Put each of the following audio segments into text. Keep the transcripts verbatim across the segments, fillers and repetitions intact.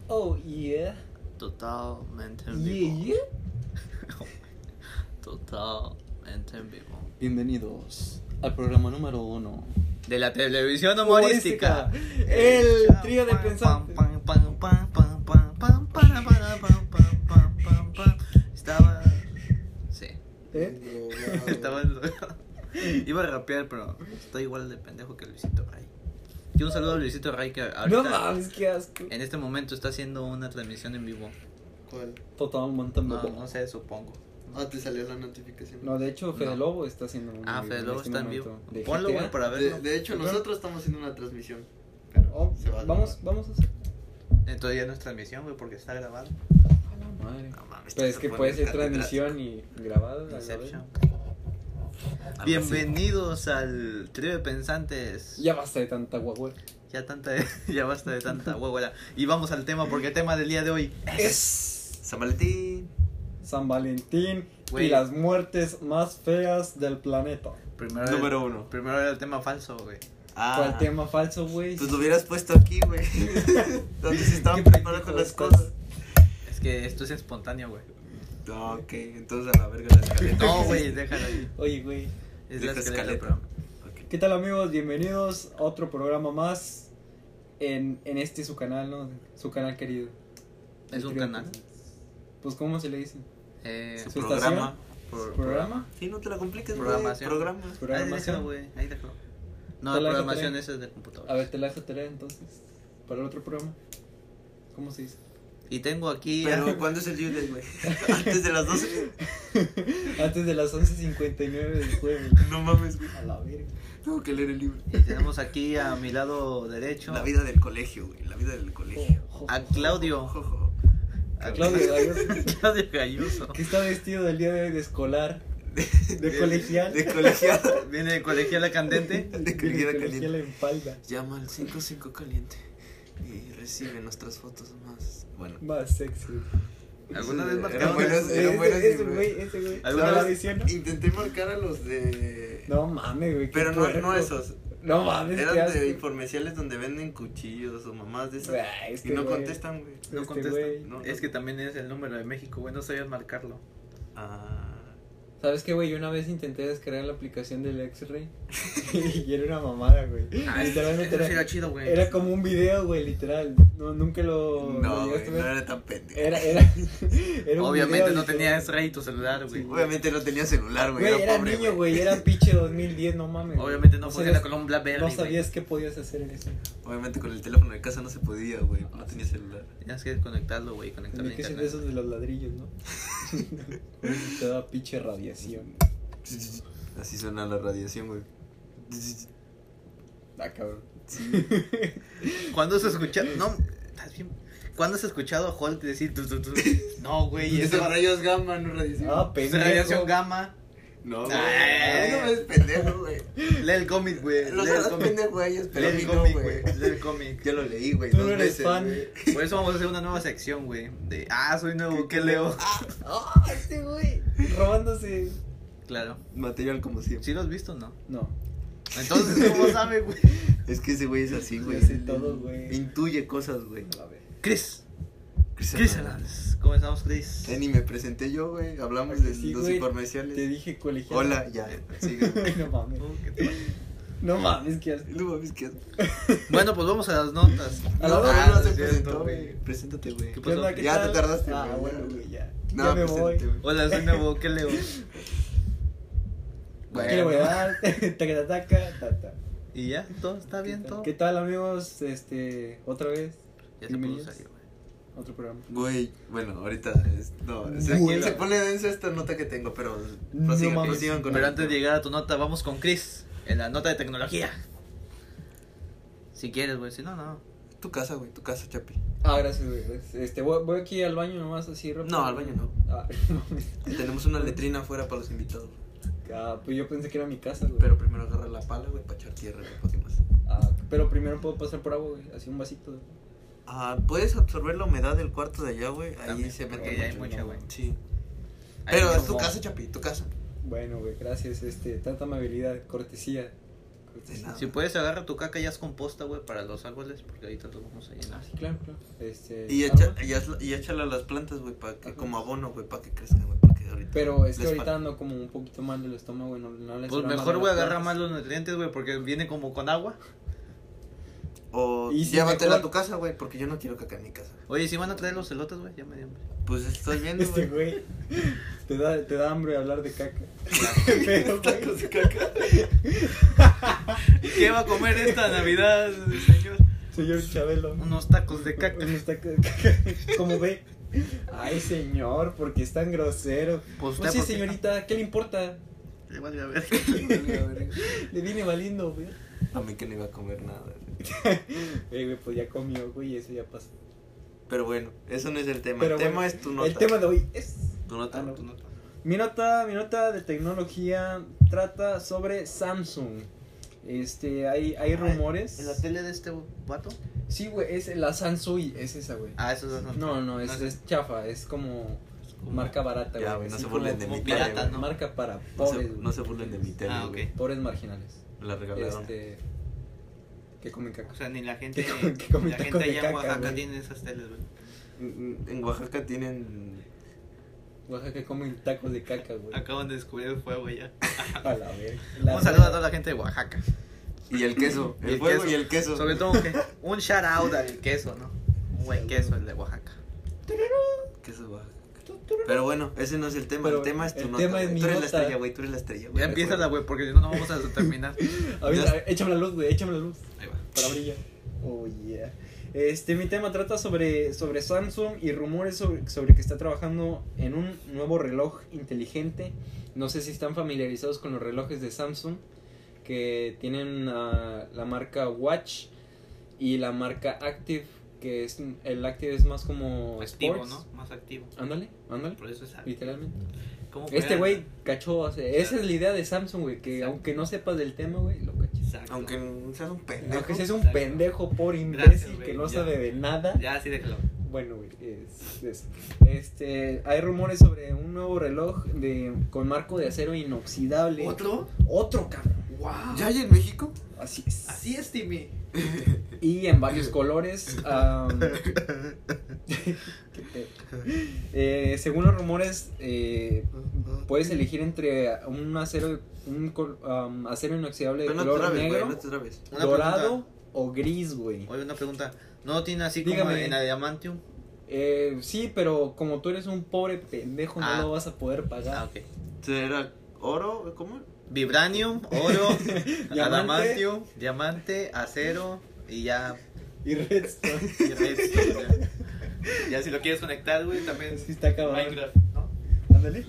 Oh, yeah. Totalmente en Yeah, vivo. yeah. Totalmente en vivo. Bienvenidos al programa número uno De la televisión humorística. Humorística. El trío de pensantes. Pam, pam, pam, pam, pam, pam, para, para, pam, pam, pam, pam, pam. Estaba. Sí. ¿Eh? Estaba. Iba a rapear, pero estoy igual de pendejo que Luisito Rey. Y un saludo a Luisito Rey que ahorita, No mames, qué asco. en este momento está haciendo una transmisión en vivo. ¿Cuál? Totalmente No, vivo. no sé, supongo. Ah, te salió la notificación. No, de hecho, Fede No. Lobo está haciendo un Ah, vivo Fede Lobo este está en momento vivo. de Ponlo, G T A. güey, para De, verlo. de hecho, Ajá. nosotros estamos haciendo una transmisión. Pero Oh, se va a vamos, grabar. vamos a hacer. Entonces ya no es transmisión, güey, porque está grabado. A la madre. No mames, Pero es se que pone puede ser catedrático. transmisión y grabado. a la Inception. vez. Bienvenidos al trío de pensantes. Ya basta de tanta guagua. Ya tanta, ya basta de tanta huevuela. Y vamos al tema, porque el tema del día de hoy Es San Valentín. San Valentín Güey. y las muertes más feas del planeta. Primero era Número el, uno. Primero era el tema falso, güey. Ah, ¿Cuál tema falso, güey? pues lo hubieras puesto aquí, güey. Donde se estaban Qué preparando pendejo las estás. cosas. Es que esto es espontáneo, güey. No, ok, entonces a la verga la escaleta. No, güey, déjalo ahí. Oye, güey. Es la Deja escaleta, escaleta. pero. Ok. ¿Qué tal, amigos? Bienvenidos a otro programa más en, en este su canal, ¿no? Su canal querido. ¿Es El un Trío de canal? Pensantes. Pues, ¿cómo se le dice? Eh, Su ¿Su programa. por- ¿Su programa? Sí, no te la compliques, güey. Programación. Programa. Ahí ¿Programación? déjalo, güey. Ahí déjalo. No, Te la la dejo programación tener. esa es de computadora. A ver, te la dejo tarea entonces. Para el otro programa. ¿Cómo se dice? Y tengo aquí. Pero, ¿cuándo es el due date, güey? Antes de las doce. Antes de las once cincuenta y nueve del jueves. No mames, güey. A la verga. Tengo que leer el libro. Y tenemos aquí a mi lado derecho La vida del colegio, güey. La vida del colegio. a Claudio. Jojo. A Claudio Gallos, Claudio Galloso. que está vestido del día de hoy de escolar. De colegial. De colegiada. Viene de colegiala candente. De De colegiada colegial caliente. en falda. Llama al cinco cinco caliente y recibe nuestras fotos más. Bueno. Más sexy. ¿Alguna vez Eran marcaron? buenos, Ese- eran buenos. ese güey. güey, ese güey. ¿Alguna ¿No la vez? edición, no? Intenté marcar a los de. No mames, güey. qué Pero no, puerco. no esos. No mames, qué Eran asco. de informeciales donde venden cuchillos o mamás de esas. Ah, este Y no güey. contestan, güey. No Este contestan. güey. No. Es que también es el número de México, güey. No sabías marcarlo. Ah. ¿Sabes qué, güey? Yo una vez intenté descargar la aplicación del X-Ray y era una mamada, güey. Ah, Literalmente eso sí era, era chido, güey. era como un video, güey, literal. No, nunca lo... lo No, güey, llegaste a no ver. era tan pendejo. Era, era, era un Obviamente video, no literal. tenías rey tu celular, güey. Sí. Obviamente no tenía celular, güey. Güey, era pobre, niño, güey, era pinche dos mil diez, no mames. güey. Obviamente no sabías- funciona con un Blackberry, No güey. sabías qué podías hacer en eso. Obviamente con el teléfono de casa no se podía, güey. No tenía celular. Tienes que desconectarlo, güey, y conectarlo a Tenía que ser de internet. esos de los ladrillos, ¿no? Te da pinche radiación. Así suena la radiación, güey. Ah, cabrón. ¿Cuándo has escuchado? No, estás bien. ¿Cuándo has escuchado a Hulk decir tu, tu, tu? No, güey, Y eso esos rayos gamma, no radiación. Ah, es pendejo. radiación gamma. No, güey. Ay. No me es pendejo, güey. Lee el cómic, güey. Los Lee el otros cómic. pendejos ellos, pero Lee a mí el no, cómic, güey. güey. Lee el cómic. Ya lo leí, güey. Tú dos no eres veces, fan. güey. Por eso vamos a hacer una nueva sección, güey. De, ah, soy nuevo, ¿qué leo? Ah, este güey. Robándose. Claro. Material como siempre. ¿Sí lo has visto o no? No. Entonces, ¿cómo sabe, güey? Es que ese güey es así, güey. Ya sé todo, güey. Intuye cosas, güey. A ver. Chris. Chris Chris Hernández. Hernández. ¿Cómo estamos, Chris? Eh, ni me presenté yo, güey. Hablamos de Sí, los güey, informeciales. Te dije colegial. Hola, ya. Sigue. No mames. Oh, ¿qué te pasa? No mames, qué asco. No mames, ¿qué Bueno, pues vamos a las notas. A No, la no, hora. no Ah, se es cierto, presentó, güey. güey. Preséntate, güey. ¿Qué ¿Qué onda, qué Ya tal? te tardaste, Ah, güey, bueno, ya. güey, ya. No, ya me voy. preséntate, güey. Hola, soy nuevo, ¿qué leo? ¿Qué le voy a dar? Taca, taca, tata. Y ya, todo está bien, todo. ¿Qué tal, amigos? Este, otra vez. Ya se pudo Bienvenidos. salir, güey. Otro programa. Güey, bueno, ahorita es, no, se, Güey. se pone densa esta nota que tengo, pero No prosigan, mames. prosigan con Pero el- antes de llegar a tu nota, vamos con Chris. En la nota de tecnología. Si quieres, güey, si no, no. Tu casa, güey, tu casa, Chapi. Ah, gracias, güey. gracias. Este, voy, voy aquí al baño nomás así rápido. No, al baño no. Ah, mames. Tenemos una letrina afuera para los invitados. Ah, pues yo pensé que era mi casa, güey. Pero primero agarra la pala, güey, para echar tierra, güey, para que más. Ah, pero primero puedo pasar por agua, güey. Así un vasito. De... Ah, puedes absorber la humedad del cuarto de allá, güey. Ahí También, se mete porque ya hay mucho. mucha, güey. Sí. Ahí Pero no es tu como- casa, Chapi, tu casa. Bueno, güey, gracias. Este, tanta amabilidad, cortesía. De nada. Si puedes, agarra tu caca y haz composta, güey, para los árboles, porque ahorita los vamos a llenar. Ah, sí, claro, claro. Este, Y, echa, árbol. y, hazla- y échala a las plantas, güey, para que, Ajá. como abono, güey, para que crezcan, güey, porque ahorita Pero es que les ahorita falta. ando como un poquito mal del estómago, güey, no, no les Pues va mal mejor, a güey, las agarra plantas. más los nutrientes, güey, porque viene como con agua. O Y si llévatela mejor- a tu casa, güey, porque yo no quiero caca en mi casa. Oye, si van a traer los elotes, güey, ya me dio hambre. Pues estoy viendo, Este güey. güey, te da, te da hambre hablar de caca. Pero, güey, Tacos de caca. ¿Qué va a comer esta Navidad, señor? señor Chabelo, Unos tacos de caca. unos tacos de caca. ¿Cómo ve? Ay, señor, porque es tan grosero. Pues Pues usted, sí, ¿por qué? señorita, ¿qué le importa? Le vale a ver. Le viene valiendo, güey. A mí que no iba a comer nada. Eh, güey, pues ya comió, güey, eso ya pasó. Pero bueno, eso no es el tema. Pero el tema bueno, es tu nota. El tema de hoy es... Tu nota, Ah, no. tu nota. Mi nota, mi nota de tecnología trata sobre Samsung. Este, hay, hay rumores. ¿En la tele de este vato? Sí, güey, es la Sansui, es esa, güey. Ah, eso es No, no, es, es es chafa, es como marca barata, güey. Ya, güey, no así se burlen como- de como mi pirata, tele, güey. ¿no? Marca para No pobres, se, güey. no se burlen de mi tele, Ah, güey. ok. Pobres marginales. Me la regalaron. Este, que comen caca. O sea, ni la gente, Que comen- que comen la tacos gente de allá en caca, Oaxaca güey. tiene esas teles, güey. En en Oaxaca tienen. Oaxaca comen tacos de caca, güey. Acaban de descubrir el fuego ya. A la vez. La Un saludo a toda la gente de Oaxaca. Y el queso. Y El, el fuego queso. y el queso. Sobre todo que un shout out al queso, ¿no? Un buen queso el de Oaxaca. Queso de Oaxaca. Pero bueno, ese no es el tema. Pero el tema es tu el nota. tema es güey. mi Tú eres la nota. estrella, güey. Tú eres la estrella, güey. Ya empieza la güey, porque si no, no vamos a terminar. A ver, Ya- a ver, échame la luz, güey, échame la luz. Ahí va. Para brillar. Oh, yeah. Este, mi tema trata sobre, sobre Samsung y rumores sobre, sobre que está trabajando en un nuevo reloj inteligente. No sé si están familiarizados con los relojes de Samsung, que tienen ah, la marca Watch y la marca Active, que es el Active es más como Activo, sports. ¿no? Más activo. Ándale, ándale, Por eso es activo. literalmente. ¿Cómo Este fuera? güey cachó, o sea, esa es la idea de Samsung, güey, que Exacto. aunque no sepas del tema, güey, lo cachas. Exacto. Aunque seas un pendejo. Aunque seas un Exacto. pendejo por Gracias, imbécil güey, que no ya. sabe de nada. Ya, sí, déjalo. Bueno, güey, es, es- este, hay rumores sobre un nuevo reloj de con marco de acero inoxidable. ¿Otro? Otro, cabrón. ¡Wow! ¿Ya hay en México? Así es. Así es, Timmy. Y en varios colores. am, qué pedo. Eh, según los rumores, eh, puedes elegir entre un acero, un col- am, acero inoxidable de Pero no te color trabes, güey. negro, No te trabes. Una dorado pregunta. o gris, güey. Oye, una pregunta. ¿No tiene así como Dígame. en Adamantium? Eh, sí, pero como tú eres un pobre pendejo, Ah. no lo vas a poder pagar. Ah, ok. ¿Será oro? ¿Cómo? Vibranium, oro, Diamante. adamantium, diamante, acero y ya. Y redstone. y redstone, ya. Ya si lo quieres conectar, güey, también. Sí, está cabrón. Minecraft, ¿no? Ándale.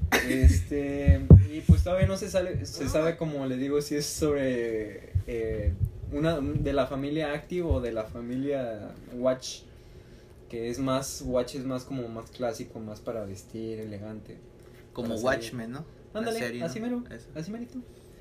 Este, y pues todavía no se sabe, se sabe como le digo si es sobre eh, una de la familia Active o de la familia Watch, que es más, Watch es más como más clásico, más para vestir, elegante. Como Para Watchmen, ¿no? La Ándale, serie, ¿no? así mero, Eso. así merito.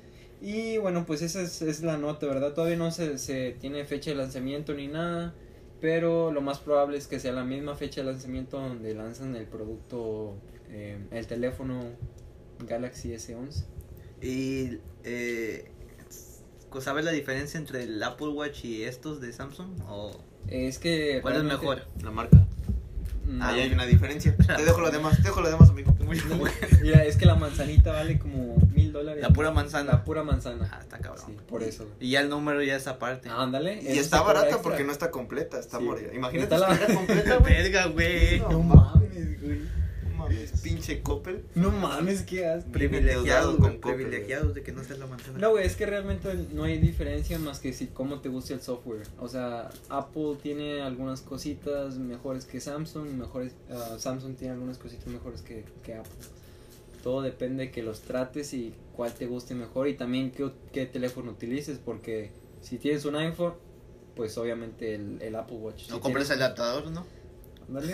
Y bueno, pues esa es, es la nota, ¿verdad? Todavía no se, se tiene fecha de lanzamiento ni nada, pero lo más probable es que sea la misma fecha de lanzamiento donde lanzan el producto, eh, el teléfono Galaxy S once. Y, eh, ¿sabes la diferencia entre el Apple Watch y estos de Samsung? ¿O Es que... cuál es realmente- mejor? La marca. No. Ahí hay una diferencia. Te dejo lo demás. Te dejo lo demás, amigo. Muy No, bueno. mira, es que la manzanita vale como mil dólares. La pura manzana. La pura manzana. Ah, está cabrón. Sí, por eso. Y ya el número ya es aparte. Ándale. Y eso está se cobra barata extra. porque no está completa. Está Sí. morida. Imagínate Está si la- estuviera completa, güey. Verga, güey. No No mames. mames, güey. No mames, pinche Coppel. No mames, qué asco. Privilegiados, Endeudado güey, con Coppel, privilegiados de que no seas la manzana. No, güey, es que realmente no hay diferencia más que si cómo te gusta el software. O sea, Apple tiene algunas cositas mejores que Samsung, mejores ah, Samsung tiene algunas cositas mejores que, que Apple. Todo depende de que los trates y cuál te guste mejor y también qué, qué teléfono utilices, porque si tienes un iPhone, pues obviamente el, el Apple Watch. No Si compres tienes- el adaptador, ¿no? Ándale.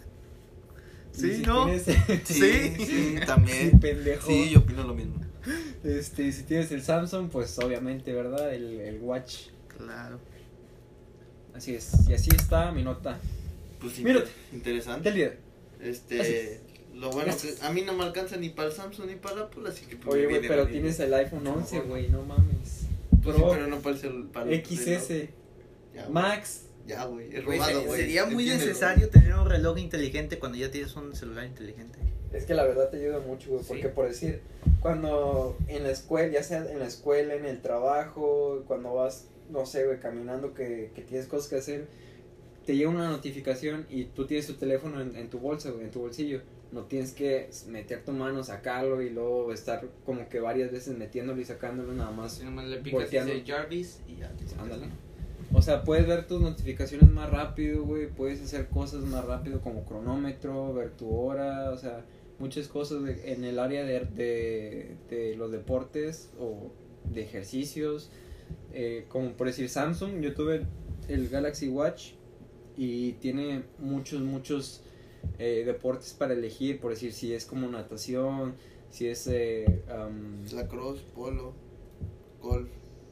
Sí, Y si ¿no? tienes- Sí, Sí. sí, Sí, también. pendejo. Sí, yo opino lo mismo. Este, si tienes el Samsung, pues obviamente, ¿verdad? El, el Watch. Claro. Así es. Y así está mi nota. Pues Mírate. inter- interesante. Del líder. Este, lo bueno Gracias. que a mí no me alcanza ni para el Samsung ni para el Apple, así que pues Oye, me güey, viene pero bien. tienes el iPhone once, Mejor. güey, no mames. Pues Pro, pero no para el celular. Para el X S, reloj. Ya, güey. Max. Ya, güey. Es Güey, robado, se- güey. sería muy Entiéndelo. necesario tener un reloj inteligente cuando ya tienes un celular inteligente. Es que la verdad te ayuda mucho, güey, Sí. porque por decir, cuando en la escuela, ya sea en la escuela, en el trabajo, cuando vas, no sé, güey, caminando que, que tienes cosas que hacer, te llega una notificación y tú tienes tu teléfono en, en tu bolsa, güey, en tu bolsillo. No tienes que meter tu mano, sacarlo y luego estar como que varias veces metiéndolo y sacándolo nada más. Si nomás le picas y Volteando. dice Jarvis y ya. te sacas. Ándale. O sea, puedes ver tus notificaciones más rápido, güey, puedes hacer cosas más rápido como cronómetro, ver tu hora, o sea, muchas cosas de- en el área de, de, de los deportes o de ejercicios, eh, como por decir Samsung, yo tuve el Galaxy Watch y tiene muchos, muchos eh, deportes para elegir, por decir si es como natación, si es... Eh, um, Lacrosse, polo, golf.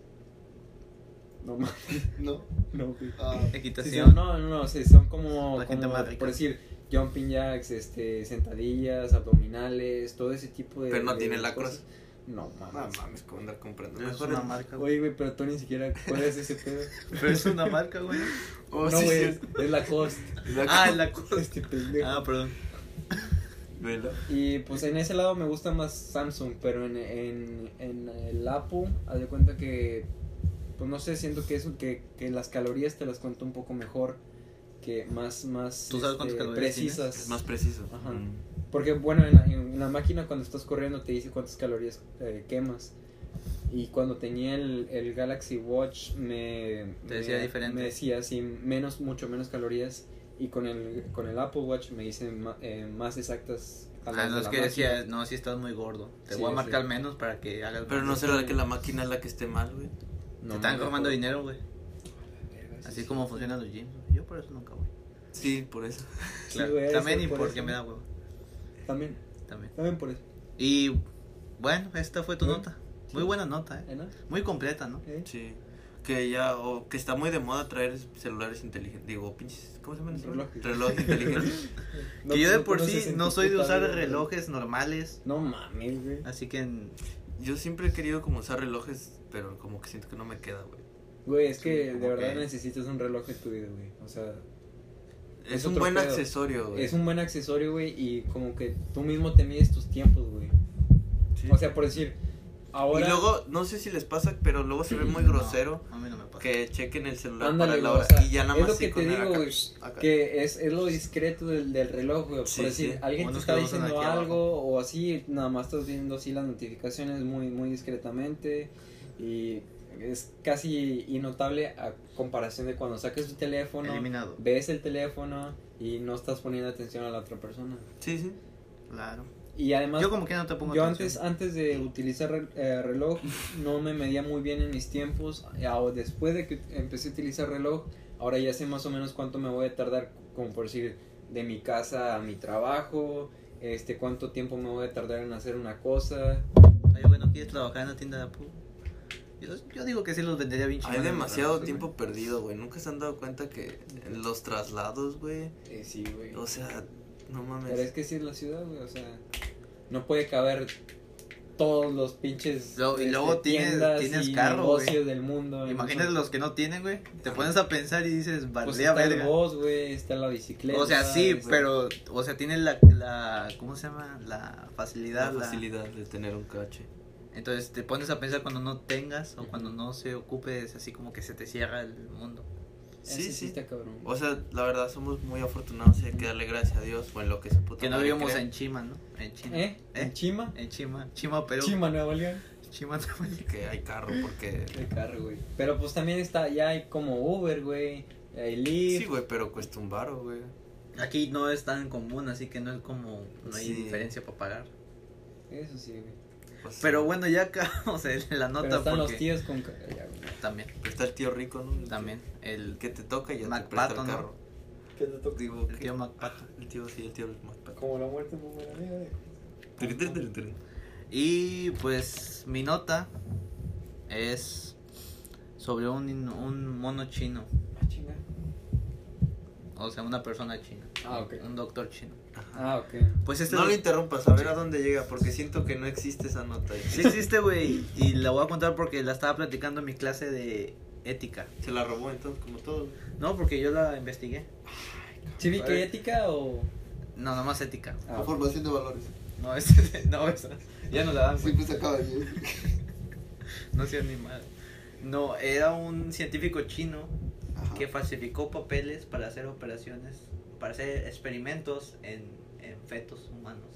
no mames, No. no, güey. Ah, Sí, Equitación. son, no, no, no, sí, son como, La gente como, más rica. por decir, jumping jacks, este, sentadillas, abdominales, todo ese tipo de... Pero no de tiene cosas. lacrosse. No, no mames. mames, ¿cómo andar comprando? Es Mejor una el- marca, güey. Oye, güey, pero tú ni siquiera puedes ese pedo. Pero es una marca, güey. Oh, no, sí, güey, sí. es, es Lacoste. Ah, la cosa. Este pendejo. Ah, perdón. Vela. Y pues en ese lado me gusta más Samsung, pero en, en, en el Apple, haz de cuenta que, pues no sé, siento que eso, que, que las calorías te las cuento un poco mejor, que más, más ¿Tú sabes cuántas calorías precisas. Es más preciso. Ajá. Mm. Porque bueno, en la, en la máquina cuando estás corriendo te dice cuántas calorías eh, quemas. Y cuando tenía el, el Galaxy Watch me, Te decía me- diferente. me decía así, menos, mucho menos calorías. Y con el, con el Apple Watch me dice ma- eh, más exactas a las Ah, no de es la que máquina. decía, no, si estás muy gordo. Te Sí, voy a sí. marcar menos para que hagas Pero más. no será que la máquina es la que esté mal, güey. No, Te están no, robando no. dinero, güey. Sí, Así sí. como funcionan los gyms. Yo por eso nunca voy. Sí, por eso. Sí, Claro. güey, También eso y por porque eso. me da huevo. También, También. también por eso. Y bueno, esta fue tu ¿Eh? nota. Muy Sí. buena nota, ¿Eh, eh. no? Muy completa, ¿no? ¿Eh? Sí. Que ya, o que está muy de moda traer celulares inteligentes. Digo, pinches, ¿cómo se llaman? esos? Relojes. Reloj inteligente. No, que yo de no por conoces sí en no tu soy de puta usar vida, güey. relojes normales. No mames, güey. Así que en- Yo siempre he querido como usar relojes, pero como que siento que no me queda, güey. Güey, es Sí, que de como verdad que- necesitas un reloj en tu vida, güey. O sea, Es, Es un otro buen pedo. accesorio, güey. es un buen accesorio, güey, y como que tú mismo te mides tus tiempos, güey. Sí. O sea, por decir, ahora... Y luego, no sé si les pasa, pero luego se ve muy no, grosero a mí no me pasa. que chequen el celular Ándale, para la güey, hora. o sea, y ya nada es más lo que sí te con el digo, acá, güey, acá. que es, es lo discreto del, del reloj, güey. Por Sí, decir, sí. alguien te Unos está que lo usan diciendo aquí abajo. algo o así, nada más estás viendo así las notificaciones muy, muy discretamente y es casi innotable a comparación de cuando sacas tu teléfono, Eliminado. ves el teléfono y no estás poniendo atención a la otra persona. Sí, sí. Claro. Y además, Yo como que no te pongo yo atención. antes, antes de utilizar re- eh, reloj, no me medía muy bien en mis tiempos. Ahora, después de que empecé a utilizar reloj, ahora ya sé más o menos cuánto me voy a tardar, como por decir, de mi casa a mi trabajo, este, cuánto tiempo me voy a tardar en hacer una cosa. Oye, bueno, ¿quieres trabajar en la tienda de Apple? Yo, yo digo que sí los vendería bien Hay chingones, demasiado ¿verdad? tiempo perdido, güey. Nunca se han dado cuenta que en los traslados, güey. Eh, sí, güey. O sea, no mames. Pero es que sí es la ciudad, güey, o sea, no puede caber todos los pinches Luego- y este, luego tienes- tiendas tienes y carro, negocios güey. del mundo. Imagínate los que no tienen, güey. Te pones a pensar y dices, Pues valdría está el verga. bus, güey, está la bicicleta. O sea, sí, este, pero, o sea, tienes la, la, ¿cómo se llama? La facilidad. la la- facilidad de tener un cache. Entonces te pones a pensar cuando no tengas o cuando no se ocupe, es así como que se te cierra el mundo. Sí, ese sí. está cabrón. O sea, la verdad somos muy afortunados y hay que darle gracias a Dios o en lo que se puta Que no madre vivimos crea. en Chima, ¿no? En China. ¿Eh? ¿En Chima? En Chima. Chima, Perú. Chima, Nuevo León. Chima, Nuevo León. Que hay carro porque... El carro, güey. Pero pues también está, ya hay como Uber, güey. Hay Lyft. Sí, güey, pero cuesta un baro, güey. Aquí no es tan común, así que no es como, no hay Sí. diferencia para pagar. Eso sí, güey. Pues, Pero bueno, ya acabamos en la nota Pero están porque los tíos con... ca- ya, güey. también, Pero está el tío rico, ¿no? El también, tío- el, que te toca y ya Mac te presta Pato, el ¿no? carro. ¿Qué te toca? Digo, el ¿qué? tío MacPato. El tío, sí, el tío Mac Pato. Como la muerte muy buena amiga de... Trin, trin, trin, trin. Y pues mi nota es sobre un, un mono chino. Ah, chinga. o sea, una persona china. Ah, ok. Un doctor chino. Ah, ok. Pues este No doc- lo interrumpas, a ver a dónde llega, porque siento que no existe esa nota ahí. Sí existe, güey, y la voy a contar porque la estaba platicando en mi clase de ética. Se la robó entonces, como todo. No, porque yo la investigué. ¿Cívica y ética o...? No, nomás ética. Ah, ok. Formación de valores. No, este, no, esa. Ya no la dan, güey. Siempre se acaba de No seas ni mal. No, era un científico chino Ajá. que falsificó papeles para hacer operaciones, para hacer experimentos en, en fetos humanos.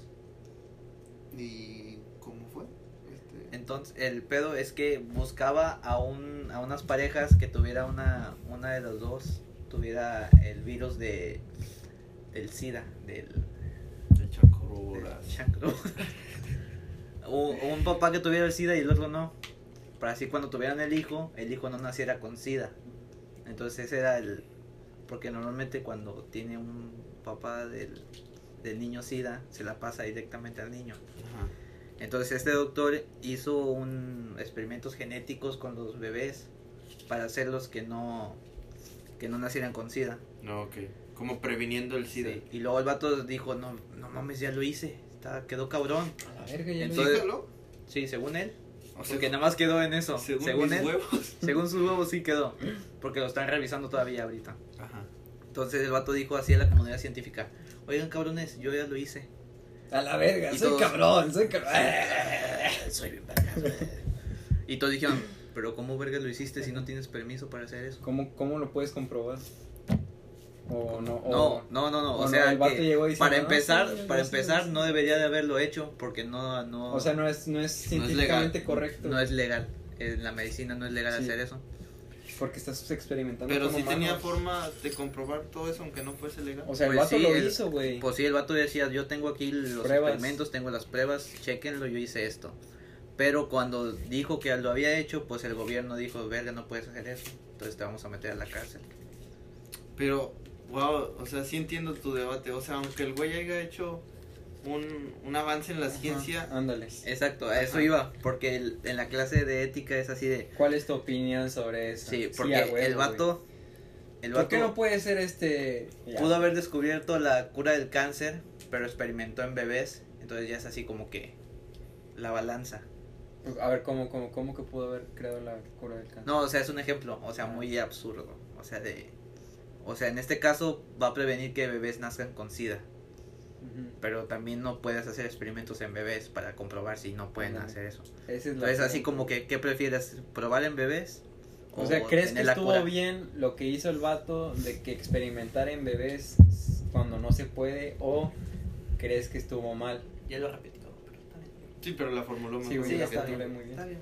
¿Y cómo fue? Este... Entonces, el pedo es que buscaba a un a unas parejas que tuviera una una de las dos tuviera el virus de del SIDA, del, De del chancrobolas. chancro. O- o un papá que tuviera el SIDA y el otro no. Para así cuando tuvieran el hijo, el hijo no naciera con SIDA. Entonces ese era el... Porque normalmente cuando tiene un papá del, del niño SIDA, se la pasa directamente al niño. Ajá. Entonces este doctor hizo un experimentos genéticos con los bebés para hacerlos que no que no nacieran con SIDA. No, ok. Como previniendo el SIDA. Sí. Y luego el vato dijo, no, no mames, ya lo hice. Está, quedó cabrón. A la verga, ya lo Entonces- Dígalo. Sí, según él. O sea, Porque nada más quedó en eso. según, Según, mis él. huevos. Según sus huevos sí quedó. Porque lo están revisando todavía ahorita. Ajá. Entonces el vato dijo así a la comunidad científica. Oigan cabrones, yo ya lo hice. A la verga, Y soy todos- cabrón, soy cabrón. Soy bien verga. Y todos dijeron, pero ¿cómo verga lo hiciste si no tienes permiso para hacer eso? ¿Cómo, ¿Cómo lo puedes comprobar? O no, o... No, no, no, no. o O no, sea, el vato que llegó y dice, para "No, empezar, sí, para no sé, empezar no sé". no debería de haberlo hecho porque no, no, O sea, no es, no es legal. científicamente correcto. no es legal. En la medicina no es legal Sí. hacer eso. Porque estás experimentando Pero con si tenía humanos. forma de comprobar todo eso, aunque no fuese legal. O sea, el Pues vato sí, lo el- hizo, güey. Pues sí, el vato decía, yo tengo aquí los Pruebas. experimentos, tengo las pruebas, chequenlo, yo hice esto. Pero cuando dijo que lo había hecho, pues el gobierno dijo, verga, no puedes hacer eso, entonces te vamos a meter a la cárcel. Pero, wow, o sea, sí entiendo tu debate. O sea, aunque el güey haya hecho un, un avance en la Ajá, ciencia, ándale. Exacto, a eso Ajá. iba, porque el- en la clase de ética es así de... ¿Cuál es tu opinión sobre eso? Sí, porque a huevo, el vato... El güey. ¿Por qué no vato puede ser este...? Ya. pudo haber descubierto la cura del cáncer, pero experimentó en bebés, entonces ya es así como que la balanza. A ver, ¿cómo, cómo, ¿cómo que pudo haber creado la cura del cáncer? No, o sea, es un ejemplo, o sea, muy absurdo, o sea, de... O sea, en este caso va a prevenir que bebés nazcan con SIDA, Ujú. pero también no puedes hacer experimentos en bebés para comprobar si no pueden Ándale. hacer eso. Esa es la Entonces, así pregunta. como que, ¿qué prefieres? ¿Probar en bebés? O sea, ¿crees que tener la estuvo cura? bien lo que hizo el vato de que experimentar en bebés cuando no se puede? ¿O crees que estuvo mal? Ya lo repetí todo, pero está bien. sí, pero la formuló mejor. Sí, güey, Sí, la está formulé bien. muy bien. Está bien.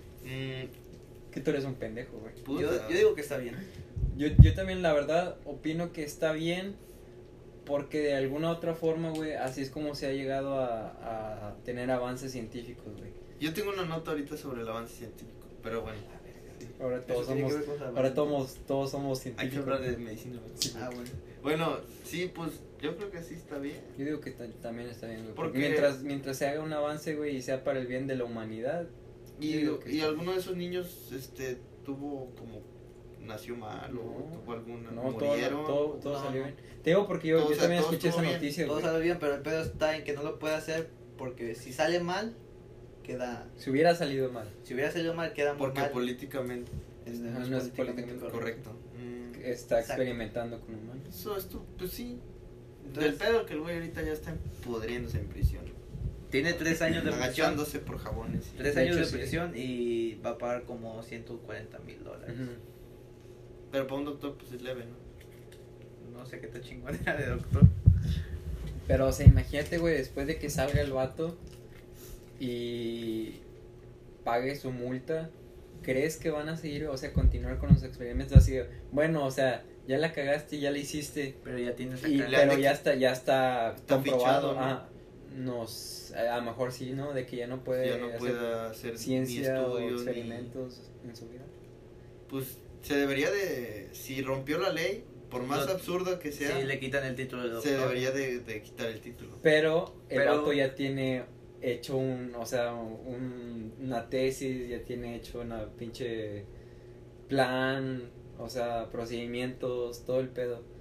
Mm, Que tú eres un pendejo, güey. puta. Yo, yo digo que está bien. Yo, yo también, la verdad, opino que está bien porque de alguna otra forma, güey, así es como se ha llegado a, a tener avances científicos, güey. Yo tengo una nota ahorita sobre el avance científico, pero bueno. Ahora todos Eso tiene que somos, ver con la- ahora todos, todos somos Hay que científicos. hablar de medicina. ¿verdad? Sí. Ah, bueno. Bueno, sí, pues yo creo que sí está bien. Yo digo que ta- también está bien, güey. Porque Porque- mientras, mientras se haga un avance, güey, y sea para el bien de la humanidad. yo Y, digo que y está alguno de esos niños este tuvo como nació mal o No, tuvo alguna No, todo, murieron. todo, todo No. salió bien. Te digo porque yo, Todo, yo o sea, también todo escuché esa estuvo bien. noticia, Todo güey. sale bien, pero el pedo está en que no lo puede hacer porque si sale mal, queda... Si hubiera salido mal. Si hubiera salido mal, queda muy Porque mal. políticamente Es- Ajá, no es no es políticamente políticamente correcto. Mm, Está Exacto. experimentando con humanos. Eso es tu, pues sí. Entonces, Del pedo que el güey ahorita ya está pudriéndose en prisión. tiene tres años de prisión. Agachándose por jabones. y- Tres De años hecho, de sí. prisión y va a pagar como ciento cuarenta mil dólares. Ujú. Pero para un doctor pues es leve, ¿no? No sé qué tan chingón era de doctor. Pero, o sea, imagínate, güey, después de que salga el vato y pague su multa, ¿crees que van a seguir, o sea, continuar con los experimentos así? de, bueno, o sea, ya la cagaste, ya la hiciste, Pero ya tienes y, acá. Le han pero de- ya está, ya está, está comprobado. fichado, ¿no? Ah, nos, a lo mejor sí, ¿no? De que ya no puede ya no hacer pueda hacer ni ciencia o estudios, ni- experimentos en su vida. Pues se debería de, si rompió la ley, por más Lo- absurda que sea, Sí, le quitan el título de doctor. se debería de, de quitar el título. Pero el Pero- vato ya tiene hecho un, o sea, un, una tesis, ya tiene hecho una pinche plan, o sea, procedimientos, todo el pedo.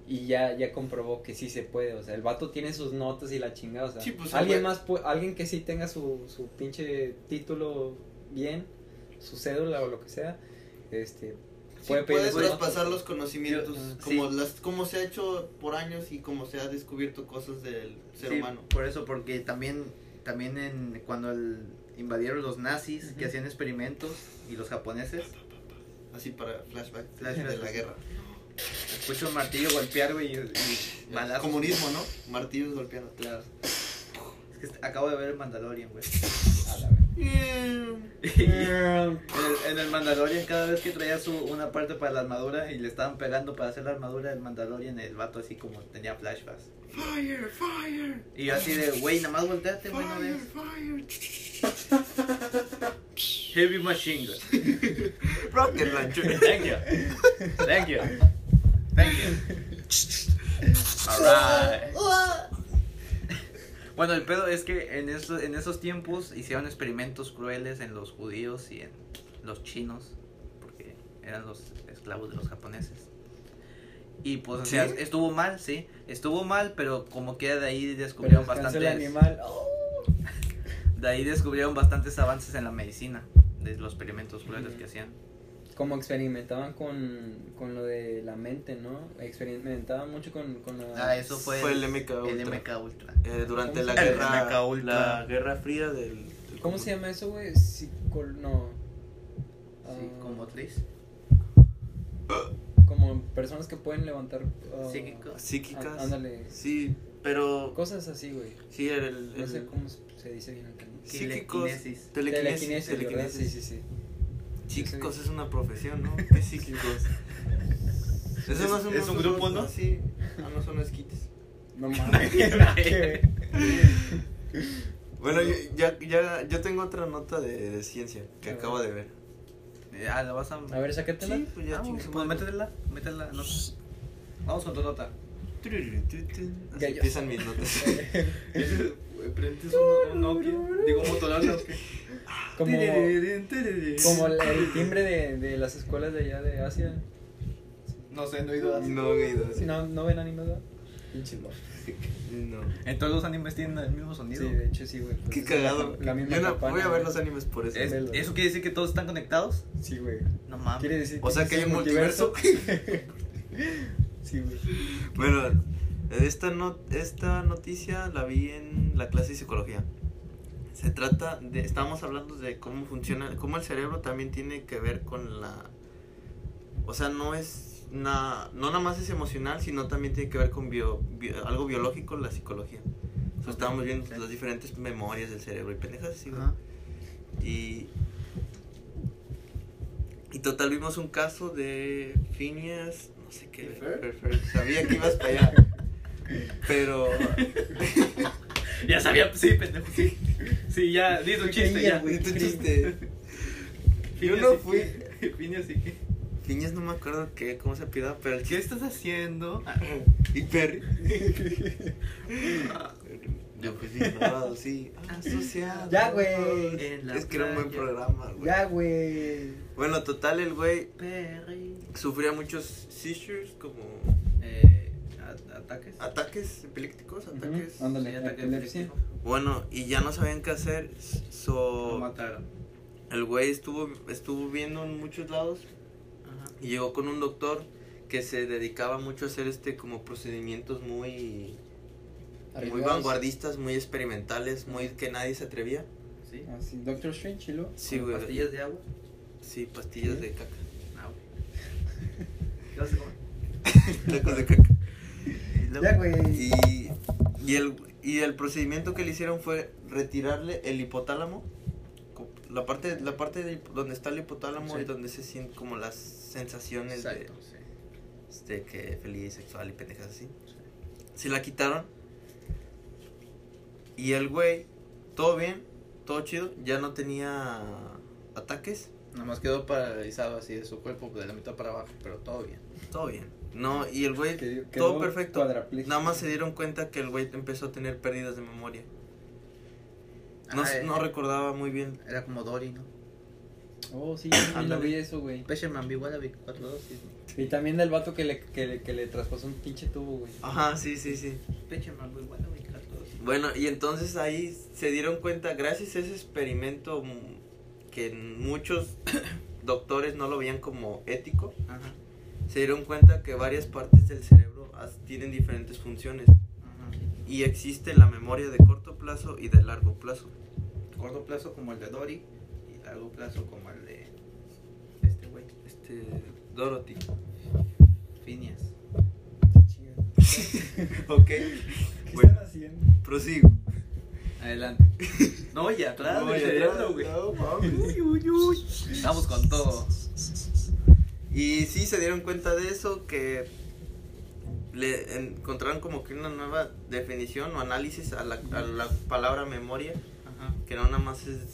y ya ya comprobó que sí se puede, o sea, el vato tiene sus notas y la chingada, o sea, Sí, pues, alguien güey. más, pu- alguien que sí tenga su, su pinche título bien, su cédula o lo que sea, este, Sí, puede pedir puedes eso, ¿no? traspasar los conocimientos, Yo- como sí. las como se ha hecho por años y como se ha descubierto cosas del ser Sí, humano. por eso, porque también, también en, cuando el, invadieron los nazis, Ujú. que hacían experimentos, y los japoneses, Así para flashback, Flashback, de la sí. guerra. escucho un martillo golpear, güey, y, y balazos. Comunismo, ¿no? Martillos golpeando. Claro. Es que est- acabo de ver el Mandalorian, güey. A la vez. Y en, el, en el Mandalorian, cada vez que traía su, una parte para la armadura y le estaban pegando para hacer la armadura del Mandalorian, el vato así como tenía flashbacks. Fire, fire. Y yo así de, güey, nada más volteate, güey, no Fire, ves. fire. Heavy machine gun. Rocket launcher. Thank you. Thank you. Thank you. Alright. Bueno, el pedo es que en esos, en esos tiempos hicieron experimentos crueles en los judíos y en los chinos, porque eran los esclavos de los japoneses. Y pues, o sea, ¿Sí? estuvo mal, sí, estuvo mal, pero como que de ahí descubrieron Pero descansa el bastantes, animal. Oh. de ahí descubrieron bastantes avances en la medicina, de los experimentos crueles Ujú. que hacían. Como experimentaban con, con lo de la mente, ¿no? Experimentaban mucho con, con la... Ah, eso fue, Fue el M K el Ultra. M K Ultra. Eh, durante ¿Cómo la se llama? guerra, El M K Ultra. la guerra fría del, del ¿Cómo se llama eso, güey? Psicol... No. Sí, Ah, como motriz. Como personas que pueden levantar... ah, Psíquico. Psíquicas. á- ándale. Sí, pero Cosas así, güey. sí el, el, No sé el- cómo se dice bien acá. psíquicos, Telequinesis. telequinesis, Telequinesis, ¿verdad? telequinesis. Sí, sí, sí. Psíquicos es una profesión, ¿no? ¿Qué psíquicos? Eso Es- no son es un unos- grupo, ¿no? Ah, sí. Ah, no son esquites. No mames. ¿Qué? Bueno, yo, ya, ya, yo tengo otra nota de, de ciencia que A acabo ver. de ver. Ah, ¿la vas a...? A ver, sácatela. Sí, pues ya, Ah, chingue pues su madre. métetela, métetela. No. Vamos con tu nota. Así Gallos. empiezan mis notas. Prendes un, un Nokia. Digo, un Motorola. Como, como la- el timbre de, de las escuelas de allá de Asia. No sé, no he ido a... No, oído. Si no, no ven anime, ¿verdad? Pinche loco. No. En todos los animes tienen el mismo Sí, sonido. de hecho sí, güey. Qué Pues, cagado. La misma Yo no- campana, voy a ver güey. los animes por eso. Es- Velo. ¿Eso quiere decir que todos están conectados? Sí, güey. No mames. Quiere decir O sea que hay un multiverso. Sí, güey. Bueno, esta, no, esta noticia la vi en la clase de psicología. Se trata de, estamos hablando de cómo funciona, cómo el cerebro también tiene que ver con la, o sea, no es, na, no nada más es emocional, sino también tiene que ver con bio, bio- algo biológico, la psicología. O sea, estábamos viendo Sí. las diferentes memorias del cerebro y pendejas así, güey. Ajá. Y, y total vimos un caso de Phineas, no sé qué, ¿Fer? Fer- Fer- sabía que ibas para allá, pero Ya sabía, sí, pendejo, sí. Sí, ya, di tu chiste, creía, ya. güey. tu chiste. Yo Phineas no y fui. qué. Phineas y qué. Phineas no me acuerdo qué, cómo se pida, pero el ¿Qué chiste estás haciendo? y Perry. Yo fui ignorado, sí, asociado. Ya, güey. En la Es que era un buen playa. programa, güey. Ya, güey. Bueno, total el güey Perry. sufría muchos seizures, como Eh, a- ataques. ataques epilépticos, ataques. Ujú, ándale. Sí, ataque epilepsia. epiléptico. Bueno, y ya no sabían qué hacer. Lo So, mataron. el güey estuvo, estuvo viendo en muchos lados Ajá. y llegó con un doctor que se dedicaba mucho a hacer este como procedimientos muy, muy Arriesgados. vanguardistas, muy experimentales, muy que nadie se atrevía. Sí. Ah, sí. Doctor Strange, ¿y luego? Sí, Con güey. pastillas de agua. Sí, pastillas ¿Sí? de caca. Ah, güey. ¿Qué vas a comer? Tacos de caca. Y luego- Ya, güey. Y, y, el, y el procedimiento que le hicieron fue retirarle el hipotálamo, co- la parte, la parte de donde está el hipotálamo Sí. y donde se sienten como las sensaciones Exacto, sí. de, de que feliz, sexual y pendejas así. Se la quitaron y el güey, todo bien, todo chido, ya no tenía ataques, Nada más quedó paralizado así de su cuerpo, de la mitad para abajo, pero todo bien. todo bien. No, y el güey, Quedó- todo quedó perfecto. cuadrapléjico. Nada más se dieron cuenta que el güey empezó a tener pérdidas de memoria. No, Ah, s- eh, no recordaba muy bien. Era como Dory, ¿no? Oh, sí, yo también lo Ándale. vi eso, güey. Pesherman B Wallaby cuatro dosis. Y también del vato que le, que le, que le traspasó un pinche tubo, güey. Ajá, sí, sí, sí. Pesherman B Wallaby cuatro dosis. Bueno, y entonces ahí se dieron cuenta, gracias a ese experimento mm, que muchos doctores no lo veían como ético, Ajá. se dieron cuenta que varias partes del cerebro as- tienen diferentes funciones Ajá. y existe la memoria de corto plazo y de largo plazo. Corto plazo como el de Dory y largo plazo como el de este güey, Este, Dorothy. Phineas. Ok, ¿Qué bueno, están haciendo? prosigo. Adelante. No, ya atrás No, del ya cerebro, atrás, güey. no, mames. Uy, uy, uy. Estamos con todo. Y sí se dieron cuenta de eso, que le encontraron como que una nueva definición o análisis a la, a la palabra memoria, Ajá. que no nada más es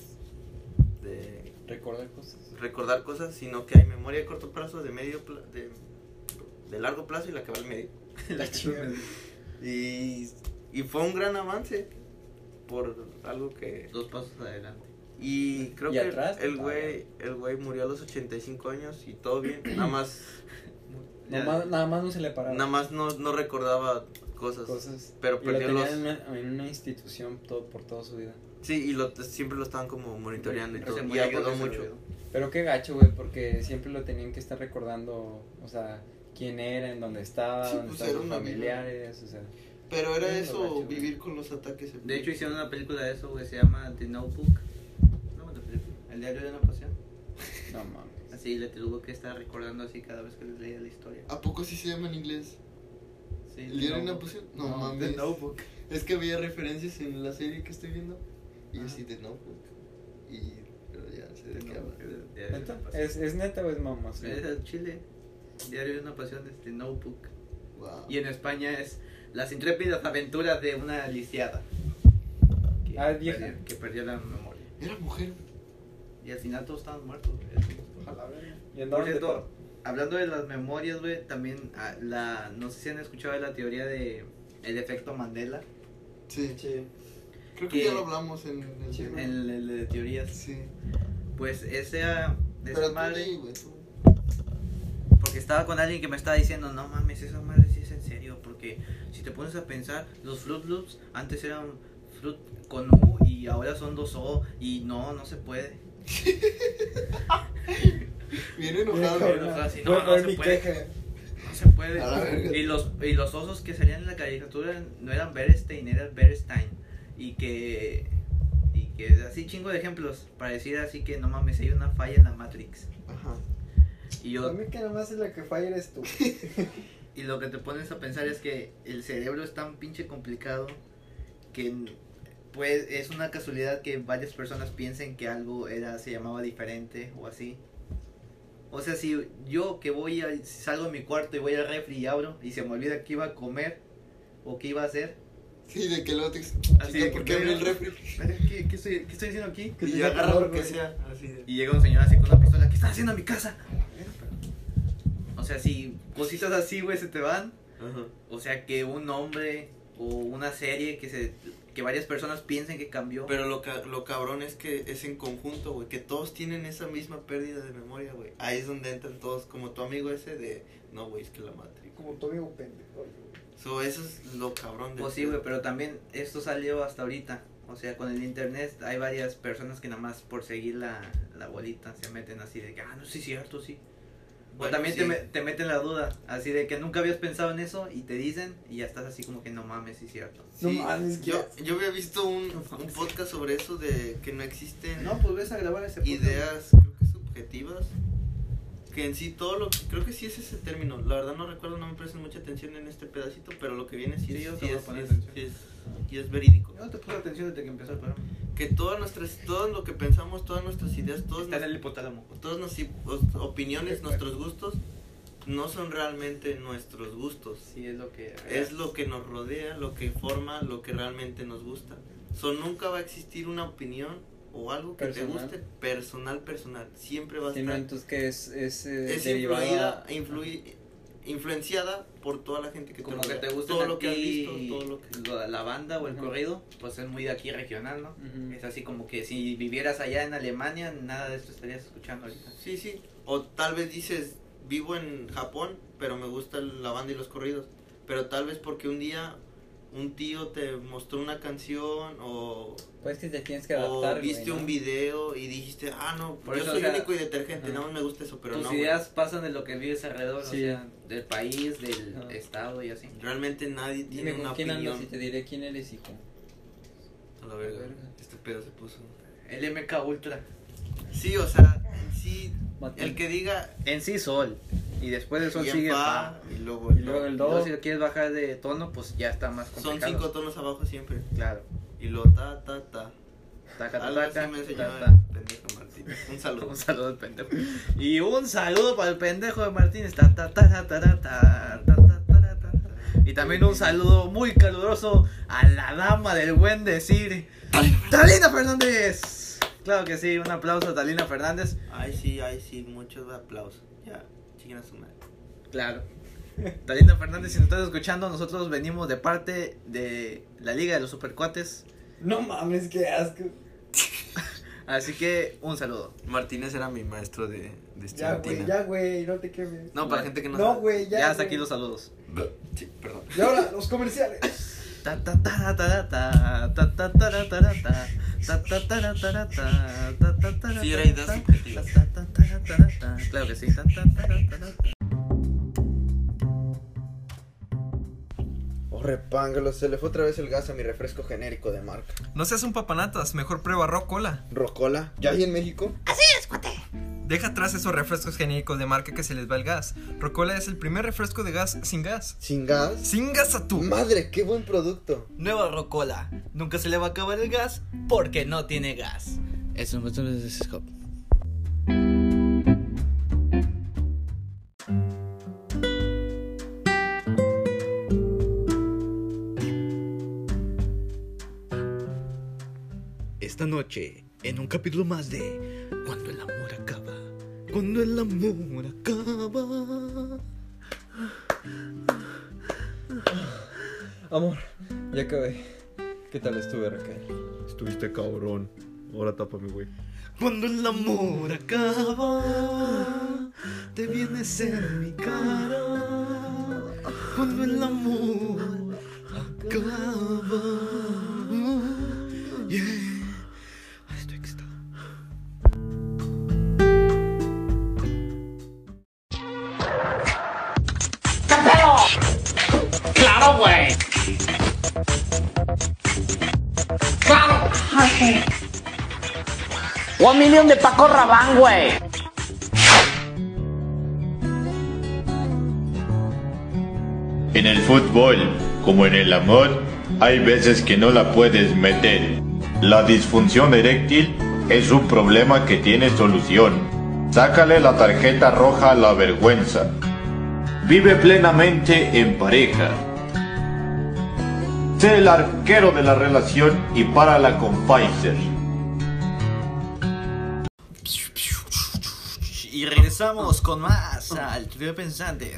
de Recordar cosas. recordar cosas, sino que hay memoria de corto plazo, de medio pla- de, de largo plazo y la que va al medio. La chingada. Y, y fue un gran avance por algo que... Dos pasos adelante. Y creo ¿Y que atrás? el güey el güey murió a los ochenta y cinco años y todo bien, nada más Ya. Nomás- nada más no se le paraba. nada más no, no recordaba cosas. Cosas. Pero Y lo perdió tenía los- en una, en una institución todo, por toda su vida. Sí, y lo, siempre lo estaban como monitoreando y Pero todo. se Y murió ayudó porque se mucho. olvidó. Pero qué gacho, güey, porque siempre lo tenían que estar recordando, o sea, quién era, en dónde estaba, Sí, dónde pues, estaban era sus una vida. familiares, o sea. Pero era Sí, eso, lo gacho, vivir con los ataques. De hecho hicieron una película de eso, güey, se llama The Notebook. No, la película. El diario de una pasión. No mames. Así le tuvo que estar recordando así cada vez que les leía la historia. ¿A poco sí se llama en inglés? Sí, ¿El The diario de una Notebook. poción? No, No, mames. The Notebook. Es que había referencias en la serie que estoy viendo. Y Ajá. así de Notebook. Y. Pero ya sé de The qué Notebook, habla. el diario de ¿Neta? una pasión. ¿Es, ¿Es neta o es mamá? Sí. Es el Chile. Diario de una pasión de The Notebook. Wow. Y en España es Las intrépidas aventuras de una lisiada. Que, Ah, es vieja. perdió, que perdió la memoria. Era mujer. Y al final todos estaban muertos, güey. Ojalá, verga. Y Por andaban de cierto, paro. hablando de las memorias, güey, también ah, la, no sé si han escuchado de la teoría de el efecto Mandela. Sí. Sí. Creo que Que- ya lo hablamos en el Sí, tema. El, el de teorías. Sí. Pues esa, Pero esa tú madre, di, güey, tú. porque estaba con alguien que me estaba diciendo, no mames, esa madre sí es en serio, porque si te pones a pensar, los Fruit Loops antes eran Fruit con U y ahora son dos O y no, no se puede. Bien enojado. Bien pero, o sea, si no, Voy a no poner se mi puede. queja. No se puede. A la verga. Y los, y los osos que salían en la caricatura no eran Berestein, eran Berestein. Y que, y que así chingo de ejemplos para decir así que no mames, hay una falla en la Matrix. Ajá. Y A yo, mí que nomás es la que falla eres tú. y lo que te pones a pensar es que el cerebro es tan pinche complicado que pues es una casualidad que varias personas piensen que algo era se llamaba diferente o así. O sea, si yo que voy a, salgo de mi cuarto y voy al refri y abro y se me olvida que iba a comer o qué iba a hacer. Sí, de que luego te. Así Chica, de ¿por que qué abrí me- el refri? ¿Qué, qué, estoy, ¿Qué estoy haciendo aquí? Que Y te yo saca agarro calor, lo que güey. sea. Así de. Y llega un señor así con una pistola. ¿Qué estás haciendo en mi casa? O sea, si cositas así, güey, se te van. Ajá. O sea, que un hombre o una serie que se que varias personas piensen que cambió. Pero lo, ca- lo cabrón es que es en conjunto, güey. Que todos tienen esa misma pérdida de memoria, güey. Ahí es donde entran todos. Como tu amigo ese de. No, güey, es que la Matrix. Como tu amigo pendejo. So, eso es lo cabrón de. Pues sí, güey, pero también esto salió hasta ahorita. O sea, con el internet hay varias personas que nada más por seguir la, la bolita se meten así de que, ah, no, sí, cierto, sí. O Bueno, también sí. te, me- te meten la duda, así de que nunca habías pensado en eso y te dicen y ya estás así como que no mames, sí, cierto. No Sí, mames, ¿qué yo, haces? yo había visto un, No un mames. podcast sobre eso de que no existen No, pues ves a grabar ese podcast. ideas, creo que subjetivas, que en sí todo lo que, creo que sí es ese término, la verdad no recuerdo, no me prestan mucha atención en este pedacito, pero lo que viene sí, Sí, es, yo sí te voy a es, poner sí es, atención. sí es- y es verídico. Yo no te puse atención desde que empezó el programa. Que todas nuestras, todo lo que pensamos, todas nuestras ideas, todos Está en nos- el hipotálamo. todas nuestras opiniones, nuestros gustos, no son realmente nuestros gustos. Sí, es lo que... Es lo que nos rodea, lo que forma, lo que realmente nos gusta. So, nunca va a existir una opinión o algo que Personal. te guste personal, personal. Siempre va a Sí, no, estar. entonces que es, es, eh, Es derivada- influida, influir, influenciada por toda la gente que Como te que rodea. te gusta todo a lo que has ti visto, todo lo que... lo- la banda o el Ujú. corrido, pues es muy de aquí regional, ¿no? Ujú. Es así como que si vivieras allá en Alemania, nada de esto estarías escuchando ahorita. Sí, sí. O tal vez dices, vivo en Japón, pero me gusta la banda y los corridos. Pero tal vez porque un día un tío te mostró una canción o, Pues que te tienes que o adaptar, viste güey, ¿no? un video y dijiste, ah, no, Por yo eso, soy o sea, único y detergente, ajá. nada más me gusta eso, pero Tus no, güey. ideas pasan de lo que vives alrededor, Sí. o sea, del país, del Ajá. estado y así. Realmente nadie tiene Dime una con quién opinión. andas y te diré quién eres, hijo. A la verga, verga. este pedo se puso. El M K Ultra. Sí, o sea, en sí, Mate. el que diga En sí, sol. Y después de sol y en sigue el fa, fa. y luego Y el luego do. el Y do. luego si lo quieres bajar de tono, pues ya está más Son complicado. cinco tonos abajo siempre. Claro. Y luego ta, ta, ta. Taca, taca, Algo así taca, me enseñó ta, el ta. pendejo Martín. Un saludo. Un saludo al pendejo. Y un saludo para el pendejo de Martínez. Ta, ta, ta, ta, ta, ta, ta, ta, ta, ta, ta. Y también un saludo muy caluroso a la dama del buen decir, Talina Fernández. Claro que sí, un aplauso a Talina Fernández. Ay, sí, ay, sí, muchos aplausos. Ya, chiquen a su madre. Claro. Talina Fernández, si nos estás escuchando, nosotros venimos de parte de la Liga de los Supercuates. No mames, qué asco. Así que un saludo. Martínez era mi maestro de, de Ya, güey, estilatina. ya, güey, no te quemes. No, para gente que no No, sabe. güey, ya. Ya hasta güey. aquí los saludos. Sí, perdón. Y ahora, los comerciales. Ta ta ta ta ta ta ta ta ta ta ta ta ta ta ta ta ta ta ta ta. Sí, era ideas subjetivas. Ta ta ta ta ta ta. Claro que sí. Ta ta ta ta ta. Oh, repángalo, se le fue otra vez el gas a mi refresco genérico de marca. No seas un papanatas, mejor prueba Rocola. ¿Rocola? ¿Ya hay en México? Deja atrás esos refrescos genéricos de marca que se les va el gas. Rocola es el primer refresco de gas sin gas. ¿Sin gas? ¡Sin gas a tú! ¡Madre, qué buen producto! Nueva Rocola. Nunca se le va a acabar el gas porque no tiene gas. Es un botón de Scott. Esta noche, en un capítulo más de Cuando el amor acaba. Cuando el amor acaba. Amor, ya acabé. ¿Qué tal estuve, Raquel? Estuviste cabrón. Ahora tápame, güey. Cuando el amor acaba, te vienes en mi cara. Cuando el amor acaba, yeah. Ay, estoy excitado. ¡Claro, güey! ¡Claro! ¡Un millón de Paco Rabanne, güey! En el fútbol, como en el amor, hay veces que no la puedes meter. La disfunción eréctil es un problema que tiene solución. Sácale la tarjeta roja a la vergüenza. Vive plenamente en pareja. Sé el arquero de la relación y párala con Pfizer. Y regresamos con más al trío pensante.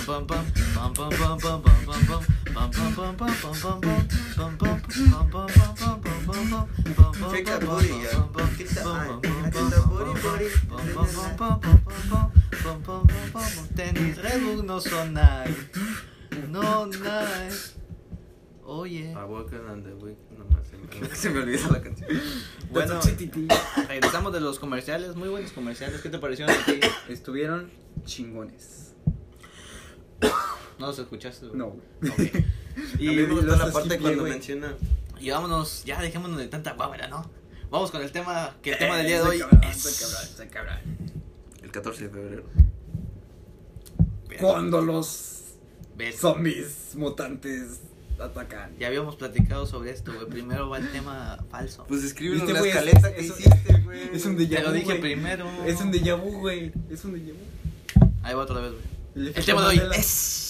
Tendremos no sonar. No nice. Oye. A Walker and the Week, nomás se me, se me olvidó la canción. Bueno, regresamos de los comerciales. Muy buenos comerciales. ¿Qué te parecieron a ti? Estuvieron chingones. No los escuchaste, güey. No. Ok. Y A a mí mí me gustó los la parte skippé, cuando güey. menciona. Y vámonos, ya dejémonos de tanta guábara, ¿no? Vamos con el tema, que el tema del día de hoy es... El catorce de febrero. Cuando los Ves, zombies mutantes atacan. ya habíamos platicado sobre esto, güey. Primero va el tema falso. Pues escríbelo ¿Viste, en la güey? escaleta que Eso- hiciste, güey. Es un déjà vu, Te lo dije güey. primero. Es un déjà vu, güey. Es un déjà vu. Ahí va otra vez, güey. El El efecto tema de hoy Mandela. es...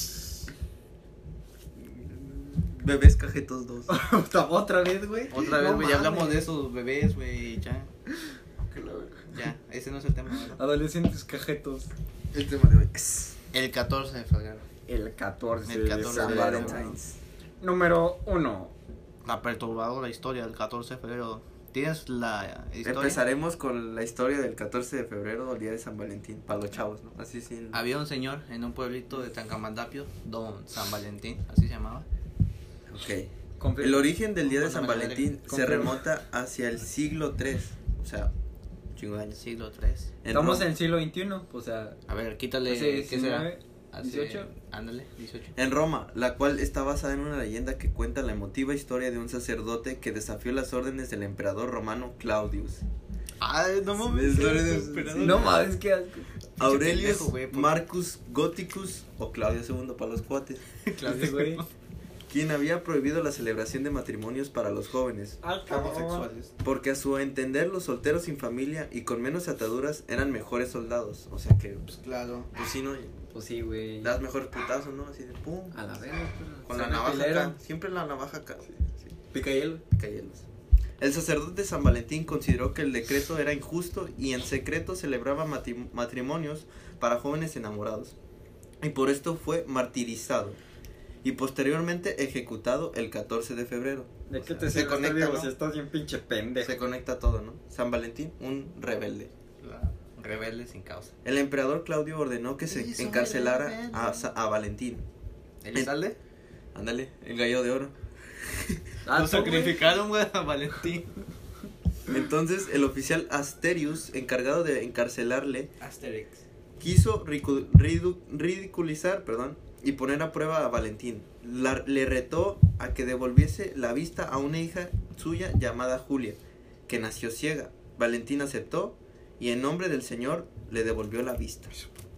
Bebés cajetos dos. Otra- Otra vez, güey. Otra vez, No güey, ya hablamos mames. de esos bebés, güey, ya. Ya, ese no es el tema, ¿verdad? Adolescentes cajetos. El tema de hoy es. El catorce de febrero. El catorce, El catorce de de febrero. Valentine's. Número uno. La perturbadora historia del catorce de febrero. ¿Tienes la historia? Empezaremos con la historia del catorce de febrero, el día de San Valentín, para los chavos, ¿no? Así sí. Había un señor en un pueblito de Tancamandapio, Don San Valentín, así se llamaba. Ok. Confirmo. El origen del día de San Confirmo. Valentín se Confirmo. remonta hacia el siglo tres, o sea, un chingo de años. Siglo tres. En Estamos Roma- en el siglo veintiuno, o sea, A ver, quítale. hace ¿Qué será? diecinueve, Hace- dieciocho. Ándale, dieciocho. En Roma, la cual está basada en una leyenda que cuenta la emotiva historia de un sacerdote que desafió las órdenes del emperador romano Claudius. Ay, no mames, mames. historia de un emperador. No mames, qué asco. Aurelius pendejo, güey, por- Marcus Gothicus o Claudio segundo para los cuates, Ese güey. quien había prohibido la celebración de matrimonios para los jóvenes, Homosexuales. porque a su entender los solteros sin familia y con menos ataduras eran mejores soldados, o sea que pues, Claro. pues sí, no, Pues sí, güey. das mejores putazos, ¿no? Así de pum, A la verga. pero- con la Suena navaja filero. acá, siempre la navaja acá, sí, sí. Pica hielo. Picayelos. El sacerdote San Valentín consideró que el decreto era injusto y en secreto celebraba mati- matrimonios para jóvenes enamorados, y por esto fue martirizado y posteriormente ejecutado el catorce de febrero. ¿De O qué sea, te se sirve conecta, estar vivo ¿no? si estás bien pinche pendejo? Se conecta todo, ¿no? San Valentín, un rebelde. Rebelde sin causa. El emperador Claudio ordenó que se Hizo encarcelara rebelde. a, Sa- a Valentín. ¿Elizalde? Ándale, el gallo de oro. Ah, Lo tú, güey. sacrificaron, güey, a Valentín. Entonces el oficial Asterius, encargado de encarcelarle, Asterix. quiso ricu- ridu- ridiculizar, perdón, y poner a prueba a Valentín. La- le retó a que devolviese la vista a una hija suya llamada Julia, que nació ciega. Valentín aceptó y en nombre del Señor le devolvió la vista.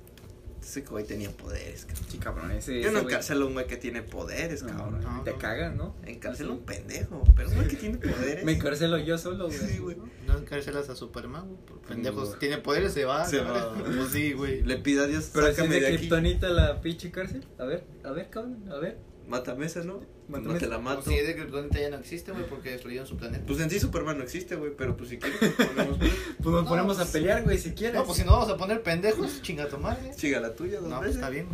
Ese güey tenía poderes, cabrón. Sí, cabrón, ese. Yo no ese güey- encarcelo a un güey que tiene poderes, No, cabrón. no, te cagan, ¿no? Encarcelo a un pendejo, pero un güey que tiene poderes. Me encarcelo yo solo, güey. Sí, güey. No encarcelas a Superman, güey. Por pendejos. güey. Tiene poderes, se va. Se Se va. va. Pues sí, güey. Le pido a Dios, Pero si es sácame de de aquí. kriptonita la pinche cárcel. A ver, a ver, cabrón, a ver. Mátame esa, ¿no? Mátame No te esa. la mato. Pues sí, de que el planeta ya no existe, güey, porque destruyeron su planeta. Pues en sí Superman no existe, güey, pero pues si quieres ponemos Pues nos No, ponemos a pues, pelear, güey, si quieres. No, pues si no vamos a poner pendejos, chinga tu madre. chiga la tuya dos No, pues veces. está bien, güey.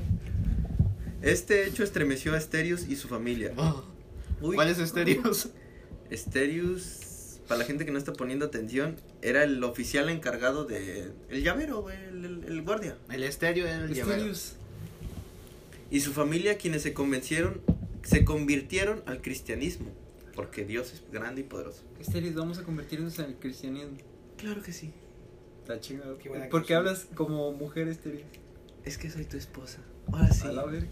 Este hecho estremeció a Asterius y su familia. Uy. ¿Cuál es Asterius? Asterius, para la gente que no está poniendo atención, era el oficial encargado de el llavero, güey, el, el- el guardia. El estéreo era el llavero. Asterius. Y su familia quienes se convencieron, se convirtieron al cristianismo, porque Dios es grande y poderoso. Asterius, vamos a convertirnos en el cristianismo. Claro que sí. Está chingado. Qué buena ¿Por qué canción. hablas como mujer, Asterius? Es que soy tu esposa. Ahora sí. A la verga.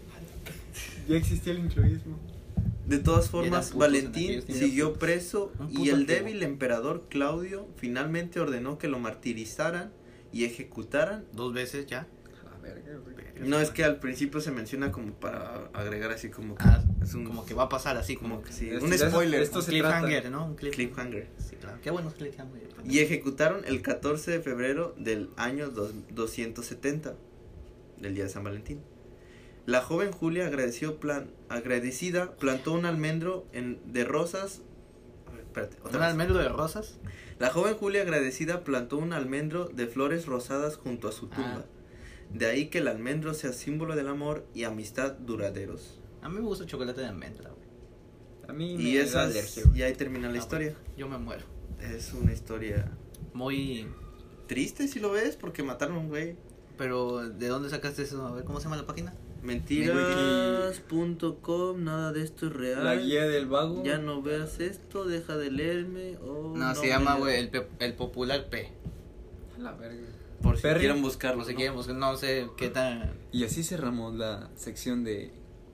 Ya existía el incluismo. De todas Eran formas, putos en Valentín aquellos tiempos. siguió preso Un y puto el antiguo. débil emperador Claudio finalmente ordenó que lo martirizaran y ejecutaran. Dos veces ya. A la verga, güey. No, es que al principio se menciona como para agregar así como que Ah, es un como que va a pasar así, como como que que sí, Esto- un esto- spoiler. esto un se cliffhanger, trata. ¿no? Un cliff- Cliffhanger. Sí, claro. Qué bueno es cliffhanger. Y ejecutaron el catorce de febrero del año dos- doscientos setenta, del día de San Valentín. La joven Julia agradeció plan, agradecida plantó un almendro en, de rosas. A ver, espérate, otra ¿Un vez. almendro de rosas? La joven Julia agradecida plantó un almendro de flores rosadas junto a su tumba. De ahí que el almendro sea símbolo del amor y amistad duraderos. A mí me gusta el chocolate de almendra, güey. A mí Y me da esa alergia, güey. y ahí termina la Ah, historia. Yo me muero. Es una historia Muy... triste si lo ves porque mataron a un güey. Pero, ¿de dónde sacaste eso? A ver, ¿cómo se llama la página? Mentiras punto com, nada de esto es real. La guía del vago. Ya no veas esto, deja de leerme. Oh, No, se me llama, leas. güey, el, pe- el popular P. A la verga. Por si Perry. quieren buscarlo. No sé ¿no? qué, buscar, no sé qué tan... Y así cerramos la sección de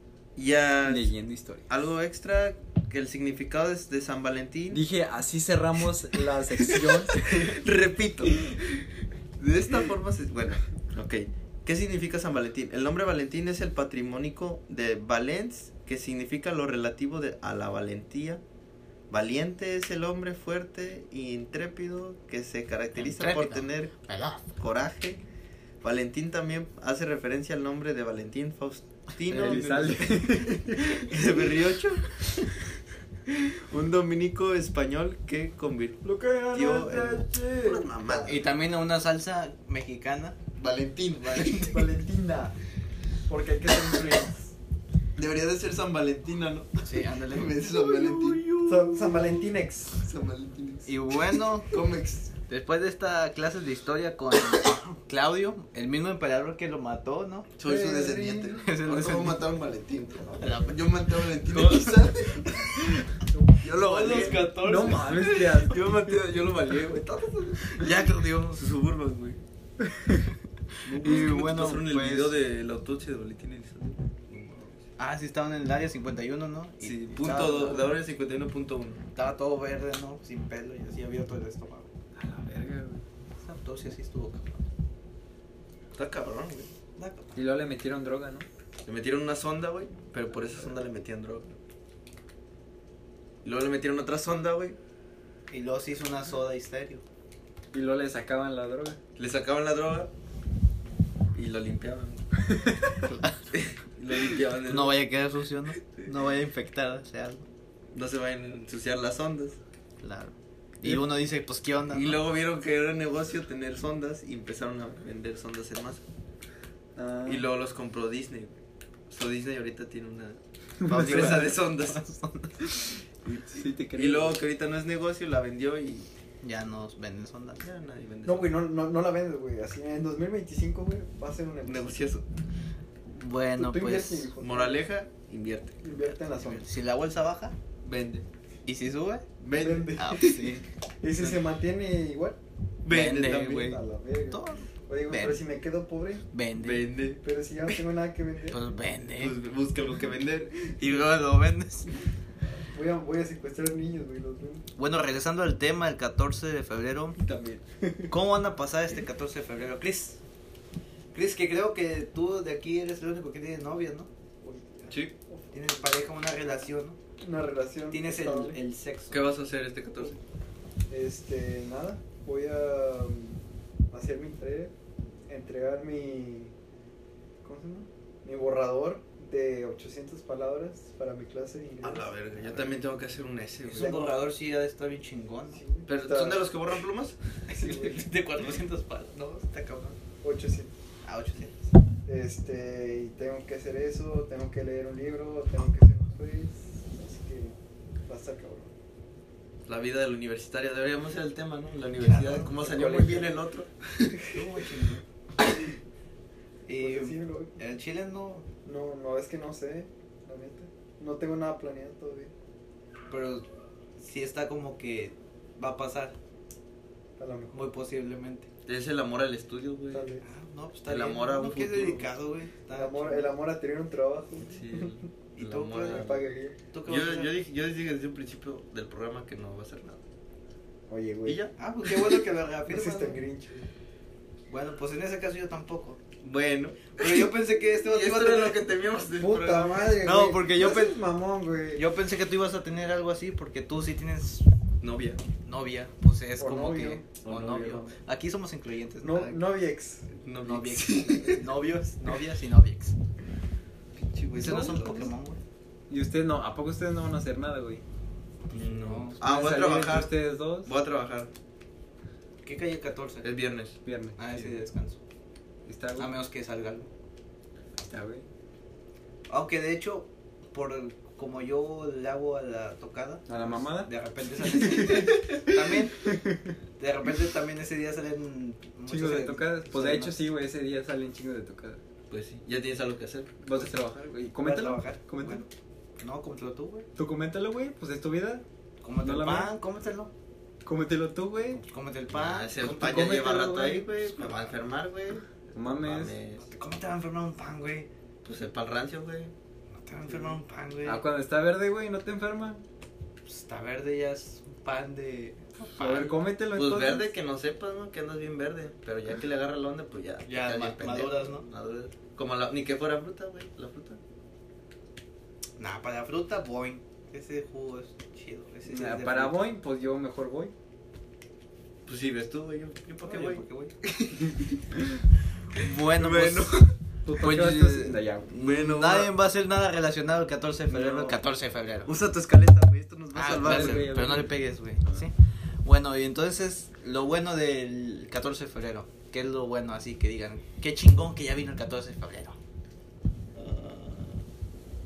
Ya leyendo historia. algo extra, que el significado de, de San Valentín. Dije, así cerramos la sección. Repito. De esta forma se... Bueno, ok. ¿Qué significa San Valentín? El nombre Valentín es el patrimónico de Valens, que significa lo relativo de, a la valentía. Valiente es el hombre fuerte e intrépido que se caracteriza por Intrépido. tener ¿Verdad? coraje. Valentín también hace referencia al nombre de Valentín Faustino Elizalde. de Berriocho, un dominico español que convirtió en... Puras mamadas. Y también una salsa mexicana. Valentín, Valentín. Valentina. Porque hay que ser influencers. Debería de ser San Valentina, ¿no? Sí, ándale. En vez de San Valentín. San, San Valentinex. San Valentín. Y bueno, Comex. después de esta clase de historia con Claudio, el mismo emperador que lo mató, ¿no? Soy su descendiente. Es el ¿Cómo descendiente. mataron a Valentín? La- Yo maté a Valentín. Yo lo Todos los valí. catorce. No mames, qué asco. Yo maté, yo lo valí, güey. Ya, Claudio. Sus suburban, güey. Y bueno, pasaron el pues- video de la autopsia de Valentín Elizalde. Ah, sí, estaban en el área cincuenta y uno, ¿no? Y Sí, estaba punto todo- do- de ahora es cincuenta y uno punto uno. Estaba todo verde, ¿no? Sin pelo y así abierto el estómago. A la verga, güey. Esa autopsia sí estuvo cabrón. Está cabrón, güey. Da cabrón. Y luego le metieron droga, ¿no? Le metieron una sonda, güey, pero por esa sonda le metían droga. Y luego le metieron otra sonda, güey. Y luego se hizo una soda estéreo. Y luego le sacaban la droga. Le sacaban la droga y lo limpiaban. Y lo limpiaban. de No vaya a quedar sucio, ¿no? No vaya a infectar, o sea, algo. No se vayan a ensuciar las sondas. Claro. Y uno dice, pues, ¿qué onda? Y no? luego vieron que era negocio tener sondas y empezaron a vender sondas en masa. Ah. Y luego los compró Disney, güey. So Disney ahorita tiene una Fábrica empresa de sondas. Sí, te creo. Y luego que ahorita no es negocio, la vendió y Ya nos venden sondas. ya nadie vende. No, güey, no, no, no la vendes, güey. Así en dos mil veinticinco, güey, va a ser un negocio. Negocioso. Bueno, Tú- tú pues, invierte, hijo. Moraleja, invierte. Invierte en la zona. si la bolsa baja, Vende. ¿y si sube? Vende. Vende. Ah, pues sí. Y si se mantiene igual, Vende, Vende, también. güey. a la verga. Todo. Oye, güey, Vende. pero si me quedo pobre, Vende. Vende. pero si ya no tengo nada que vender, Pues vende. Pues busca lo que vender. Y luego lo vendes. voy a, voy a secuestrar niños, güey, los vendo. Bueno, regresando al tema, el catorce de febrero. También. ¿Cómo van a pasar este catorce de febrero? Chris. Chris, que creo que tú de aquí eres el único que tiene novia, ¿no? Sí. Tienes pareja, una relación, ¿no? Una relación. Tienes el, estable. el sexo. ¿Qué vas a hacer este catorce? Este, nada, voy a um, hacer mi entrega, entregar mi, ¿cómo se llama? Mi borrador de ochocientas palabras para mi clase de inglés. A la verga, yo también tengo que hacer un S, Es güey. un borrador, sí, ya está bien chingón. Sí, güey. Pero Está- ¿son de los que borran plumas? Sí, güey. De cuatrocientos palos, ¿no? Está cabrón. ochocientos. A ochocientos. Este, y tengo que hacer eso, tengo que leer un libro, tengo que hacer un quiz, así que va a estar cabrón. La vida de la universitaria, deberíamos ser el tema, ¿no? La universidad, ¿cómo salió muy bien el otro? Estuvo muy chingón. Y Pues sí, lo- el Chile no, no, no, es que no sé, la neta. No tengo nada planeado todavía. pero sí está como que va a pasar, A lo mejor. muy posiblemente. Es el amor al estudio, güey. Tal vez. Ah, no, pues está El bien. amor a Uno un que es futuro. dedicado, güey. Está El amor, chingón. el amor a tener un trabajo. Sí, el, ¿Y el tú, amor qué? a- Me pague bien. ¿Tú qué vas a Yo, hacer? yo, dije, yo dije desde un principio del programa que no va a hacer nada. Oye, güey. ¿Y ya? Ah, pues qué bueno que lo No reafirmas. existe ¿no? el Grinch, güey. Bueno, pues en ese caso yo tampoco. Bueno. Pero yo pensé que este Y vato iba a esto era tener- lo que temíamos del Puta programa. madre, No, güey. porque yo No seas pen- mamón, güey. Yo pensé que tú ibas a tener algo así porque tú sí tienes Novia. novia, pues es O como novio. que O o novio. novio. Aquí somos incluyentes, No, ¿no? noviex. No, Noviex. Novios, novias y noviex. Pinche güey. Ese no es un ¿sabes? Pokémon, güey. Y ustedes no, ¿a poco ustedes no van a hacer nada, güey? No. Ah, voy a ¿Pueden salir trabajar. entre ustedes dos? Voy a trabajar. ¿Qué calle catorce? Es viernes. Viernes. Ah, ese de descanso. Está, güey. A menos que salga algo. Está, güey. Aunque de hecho, por el- como yo le hago a la tocada, ¿A la mamada? de repente sale también. De repente también ese día salen Chingo de tocadas. Pues de salen hecho más. sí, güey, ese día salen chingos de tocadas. Pues sí. Ya tienes algo que hacer. Vas a trabajar, güey. Voy a Coméntalo. trabajar. Coméntalo. Bueno, no, cómetelo tú, güey. Tú coméntalo, güey. Pues es tu vida. Cómete No el la pan, mía. cómetelo. Cómetelo tú, güey. Pues cómete el Ah, pan. ese el Cómete- pan ya cómetelo, lleva rato güey. ahí, güey. Me va a enfermar, güey. No mames. Mames. ¿Cómo te va a enfermar un pan, güey? Pues el pan rancio, güey. No te va a enfermar un pan, güey. Ah, cuando está verde, güey, no te enferma. Pues está verde, ya es un pan de. A ver, cómetelo Pues entonces. verde que no sepas, ¿no? Que andas bien verde. Pero ya que le agarra la onda, pues ya. te Ya quedas ma- bien pendejo. maduras, ¿no? Maduras. Como la, ni que fuera fruta, güey. La fruta. Nah, para la fruta, boing. Ese jugo es chido. Ese sí Ah, es de para fruta. voy, pues yo mejor voy. Pues sí, ves tú, güey. Yo, yo ¿por qué Oye, voy? ¿por qué voy? Bueno, Bueno. pues. ¿Tú Pues, qué vas a eh, hacer? Ya, güey. Bueno, Nadie va a hacer nada relacionado al catorce de febrero. No. El catorce de febrero. Usa tu escaleta, güey. Esto nos va a Ah, salvar, dale, güey. güey. pero no le pegues, güey. ¿Sí? Bueno, y entonces, lo bueno del catorce de febrero. ¿Qué es lo bueno? Así que digan, qué chingón que ya vino el catorce de febrero.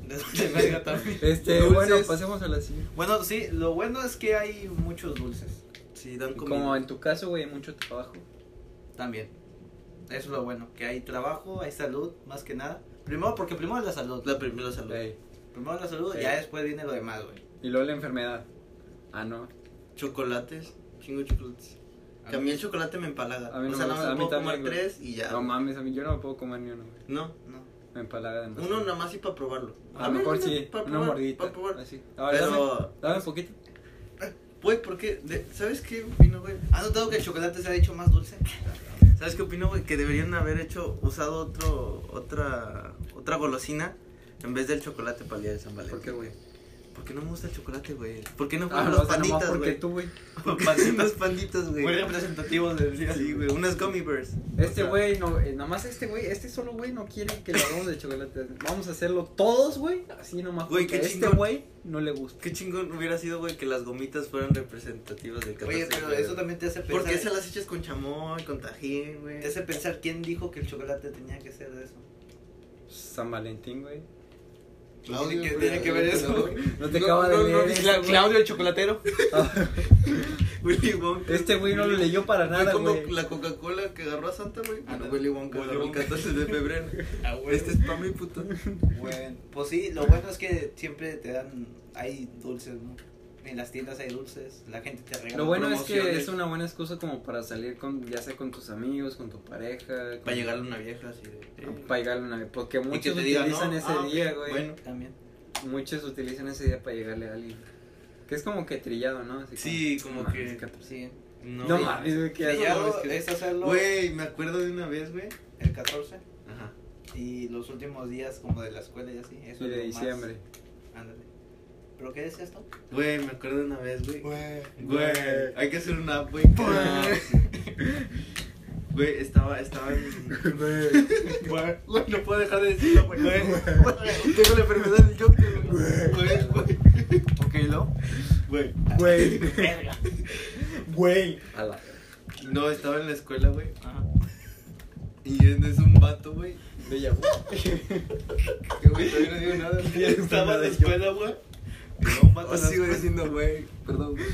Les vale verga también. Este, Dulces. bueno, pasemos a la siguiente. Bueno, sí, lo bueno es que hay muchos dulces. Sí, dan comida. Como en tu caso, güey, hay mucho trabajo. También. Eso es lo bueno, que hay trabajo, hay salud, más que nada. Primero, porque primero es la salud. La primera salud. Ey. Primero la salud, Sí. ya después viene lo demás, güey. Y luego la enfermedad. Ah, no. Chocolates, chingo de chocolates. Que a mí el chocolate me empalaga. A mí no o sea, me nada gusta, a más mí puedo comer también, güey. tres y ya. No mames, a mí yo no me puedo comer ni uno, güey. No, No. Me empalaga demasiado. uno nada más y para probarlo. A lo mejor sí, para una probar, mordidita. para probar. Así. Ahora, Pero- dame, dame un poquito. Güey, ¿por qué? De- ¿Sabes qué opino, güey? ¿Has notado que el chocolate se ha hecho más dulce? ¿Sabes qué opino, güey? Que deberían haber hecho, usado otro, otra, otra golosina en vez del chocolate para el día de San Valentín. ¿Por qué, güey? ¿Por qué no me gusta el chocolate, güey? ¿Por qué no Ah, fueron no, los o sea, nomás panditas, porque güey? tú, güey. ¿Por qué no unos panditas, güey? Muy representativos del día. Sí, güey, unas gummy bears. Este O sea, güey, no, eh, nomás este güey, este solo güey no quiere que lo hagamos de chocolate. Vamos a hacerlo todos, güey. Así nomás. Güey, porque qué a este chingón. güey no le gusta. Qué chingón hubiera sido, güey, que las gomitas fueran representativas del catorce Oye, de pero febrero. eso también te hace pensar. ¿Por qué se las echas con chamoy, con tajín, güey? Te hace pensar quién dijo que el chocolate tenía que ser de eso. San Valentín, güey. Claudio, ¿Qué pero- tiene que ver eso, güey? No te No, acaba no, de no, leer. dije, eso, Cla- güey. Claudio el chocolatero. Willy Wonka. Este güey no lo leyó para Fue nada, como güey. la Coca-Cola que agarró a Santa, güey. Ah, Bueno, no. Willy Wonka Willy agarró el Wonka. catorce de febrero. Ah, güey. Este es para mí, puto. Bueno, pues sí, lo bueno es que siempre te dan, hay dulces, ¿no? En las tiendas hay dulces, la gente te regala Lo bueno es que promociones. es una buena excusa como para salir con, ya sea con tus amigos, con tu pareja. con- Para llegarle a una vieja así de. eh, Para llegarle una vez. Porque y que muchos te diga, utilizan no, ese ah, ok, día, güey. Bueno, También. Muchos utilizan ese día para llegarle a alguien. Que es como que trillado, ¿no? Así sí, como "No que. mames, catorce". Sí. No, No güey. mames, güey, qué asco, Trillado güey, es que- es hacerlo Güey, me acuerdo de una vez, güey. el catorce Ajá. y los últimos días como de la escuela y así. Eso Y es de lo más- diciembre. Ándale. ¿Pero qué decías tú? Güey, me acuerdo de una vez, güey. Güey. Güey, hay que hacer una app, güey. Güey, estaba, estaba en. Güey, güey, no puedo dejar de decirlo, güey. Güey, tengo la enfermedad del Joker, güey. Güey, güey. Ok, ¿lo? Güey. Güey. Verga. Güey. A la- No, estaba en la escuela, güey. Ajá. Y en es un vato, güey. Bella, güey. Que güey, todavía no digo nada. Estaba en la escuela, güey. No, un vato en la sigo escuela. diciendo, güey. Perdón, güey.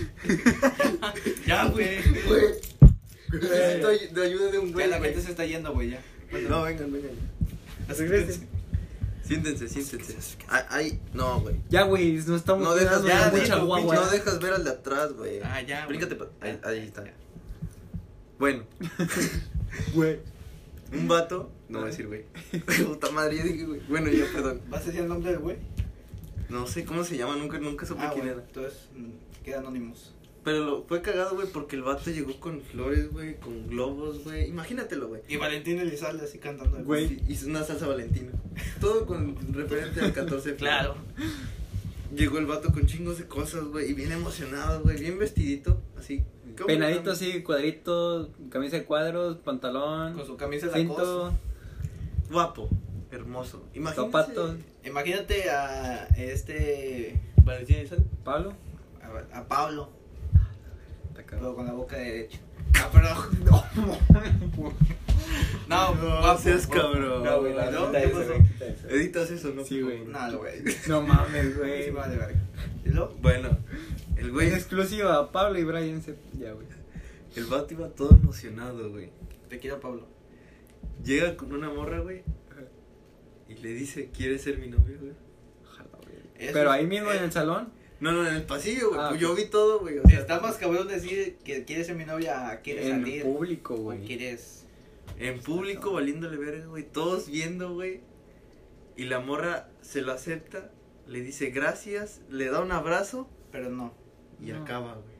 Ya, güey. Güey. Necesito ay- de ayuda de un Ya güey. la güey. gente se está yendo, güey, ya. No, vengan, vengan. Regresen. Siéntense, siéntense. Ay, ay, no, güey. Ya, güey, no estamos No dejas, quedando ya, en mucha dilo, guagua. no dejas ver al de atrás, güey. Ah, ya, güey. Bríncate, pa- ahí, Ya, ahí ya, está. ya. Bueno, Güey. un vato. No voy a decir, güey. Puta madre, ya dije, güey. Bueno, ya, perdón. ¿Vas a decir el nombre del güey? No sé cómo se llama, nunca, nunca supe Ah, quién bueno, era. entonces mm, queda anónimos. Pero lo, fue cagado, güey, porque el vato llegó con flores, güey, con globos, güey. Imagínatelo, güey. Y Valentín Elizalde así cantando. de- Güey. Sí, hizo una salsa valentina. Todo con referente al catorce de febrero. Claro. Llegó el vato con chingos de cosas, güey, y bien emocionado, güey, bien vestidito, así. ¿Cómo Peinadito le así, cuadrito, camisa de cuadros, pantalón, Con su camisa de la cinto, llaman? Guapo, hermoso. Imagínate. zapatos. Imagínate a este. Valentín Elizalde. Pablo. A, a Pablo, Está cabrón. pero con la boca derecha. Ah, pero. No. No, No, guapo, seas guapo. cabrón. No, güey, ¿no? no, ¿Qué quita eso, pasó? güey, quita eso. Editas eso, ¿no? Sí, güey. No, güey. No mames, Sí, güey. vale, vale. ¿Y luego? Bueno, el güey, En exclusiva, Pablo y Brian se... Ya, güey. el vato iba todo emocionado, güey. Te quiero, Pablo. Llega con una morra, güey, y le dice, ¿quieres ser mi novio, güey? Ojalá, güey. Eso Pero es- ahí mismo eh, en el salón. No, no, en el pasillo, güey, Ah, pues ok. yo vi todo, güey, o sea, Está más cabrón decir que quieres ser mi novia a quieres En salir. público, O güey. quieres. en público valiéndole verga, güey, todos viendo, güey, y la morra se lo acepta, le dice gracias, le da un abrazo Pero no. y No. acaba, güey.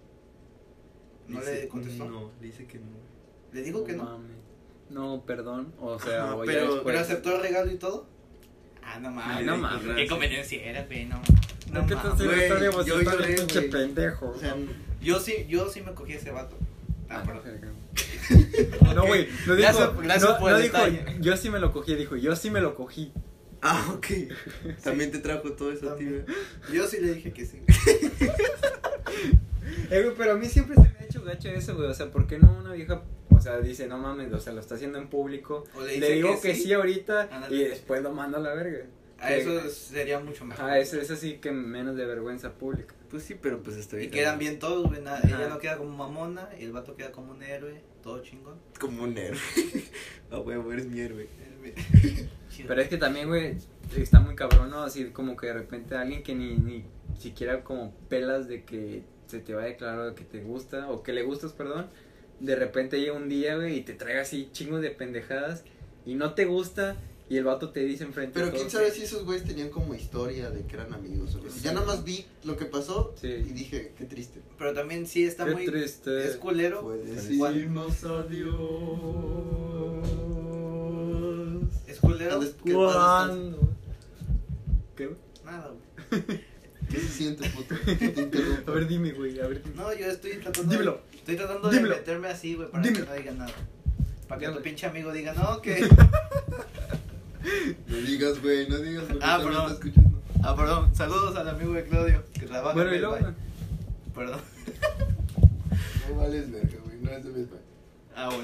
¿No Dice, le contestó? No, le dice que no. Le dijo que no. mames. No, perdón. O sea, Ajá, o ya pero- después. ¿Pero aceptó el regalo y todo? Ah, no mames. Ay, no mames. Qué conveniencia era, güey, no. ¿Por qué te mames. estoy Güey, historia yo emocional, lloré, pinche güey. pendejo? O sea, Yo sí, yo sí me cogí a ese vato. Ah, Ah, perdón. verga. No, güey, no dijo, Gracias- gracias no, por no el dijo, detalle. yo sí me lo cogí, dijo, yo sí me lo cogí. ah, ok. También te trajo todo eso a ti, güey. Yo sí le dije que sí. Eh, güey, pero a mí siempre se me ha hecho gacho eso, güey, o sea, ¿por qué no una vieja, o sea, dice, no mames, o sea, lo está haciendo en público, O le, le dice digo que que sí. sí, ahorita, Ándale. y después lo mando a la verga? A eso sería mucho mejor. Ah, eso es así que menos de vergüenza pública. Pues sí, pero pues estoy. Y quedan bien todos, güey. nada- Ella no queda como mamona y el vato queda como un héroe, todo chingón. Como un héroe. A huevo, eres mi héroe. Chido. Pero es que también, güey, está muy cabrón, ¿no? Así como que de repente alguien que ni, ni siquiera como pelas de que se te va a declarar que te gusta, o que le gustas, perdón, de repente llega un día, güey, y te traiga así chingos de pendejadas y no te gusta y el vato te dice enfrente Pero de quién todos sabe que- si esos güeyes tenían como historia de que eran amigos o algo así. Sí. Ya nada más vi lo que pasó Sí. y dije, qué triste. Pero también sí está Qué muy. triste. Es culero. Fue Cuando- decirnos adiós. Es culero. Antes que paz ¿Cuándo? ¿Qué, güey? Nada, güey. descanse. ¿Qué se siente, puto? Que te interrumpa. A ver, dime, güey, a ver, dime. No, yo estoy tratando. Dímelo. De, estoy tratando Dímelo. de meterme así, güey, para Dímelo. que no digan nada. Para que Ya, tu güey. pinche amigo diga, no, que. No digas, güey, no digas porque Ah, también perdón. está escuchando. Ah, perdón. Saludos al amigo de Claudio, que trabaja Bueno, en y Best luego, Buy. Perdón. No vales verga, güey, no es de Best Buy. Ah, bueno.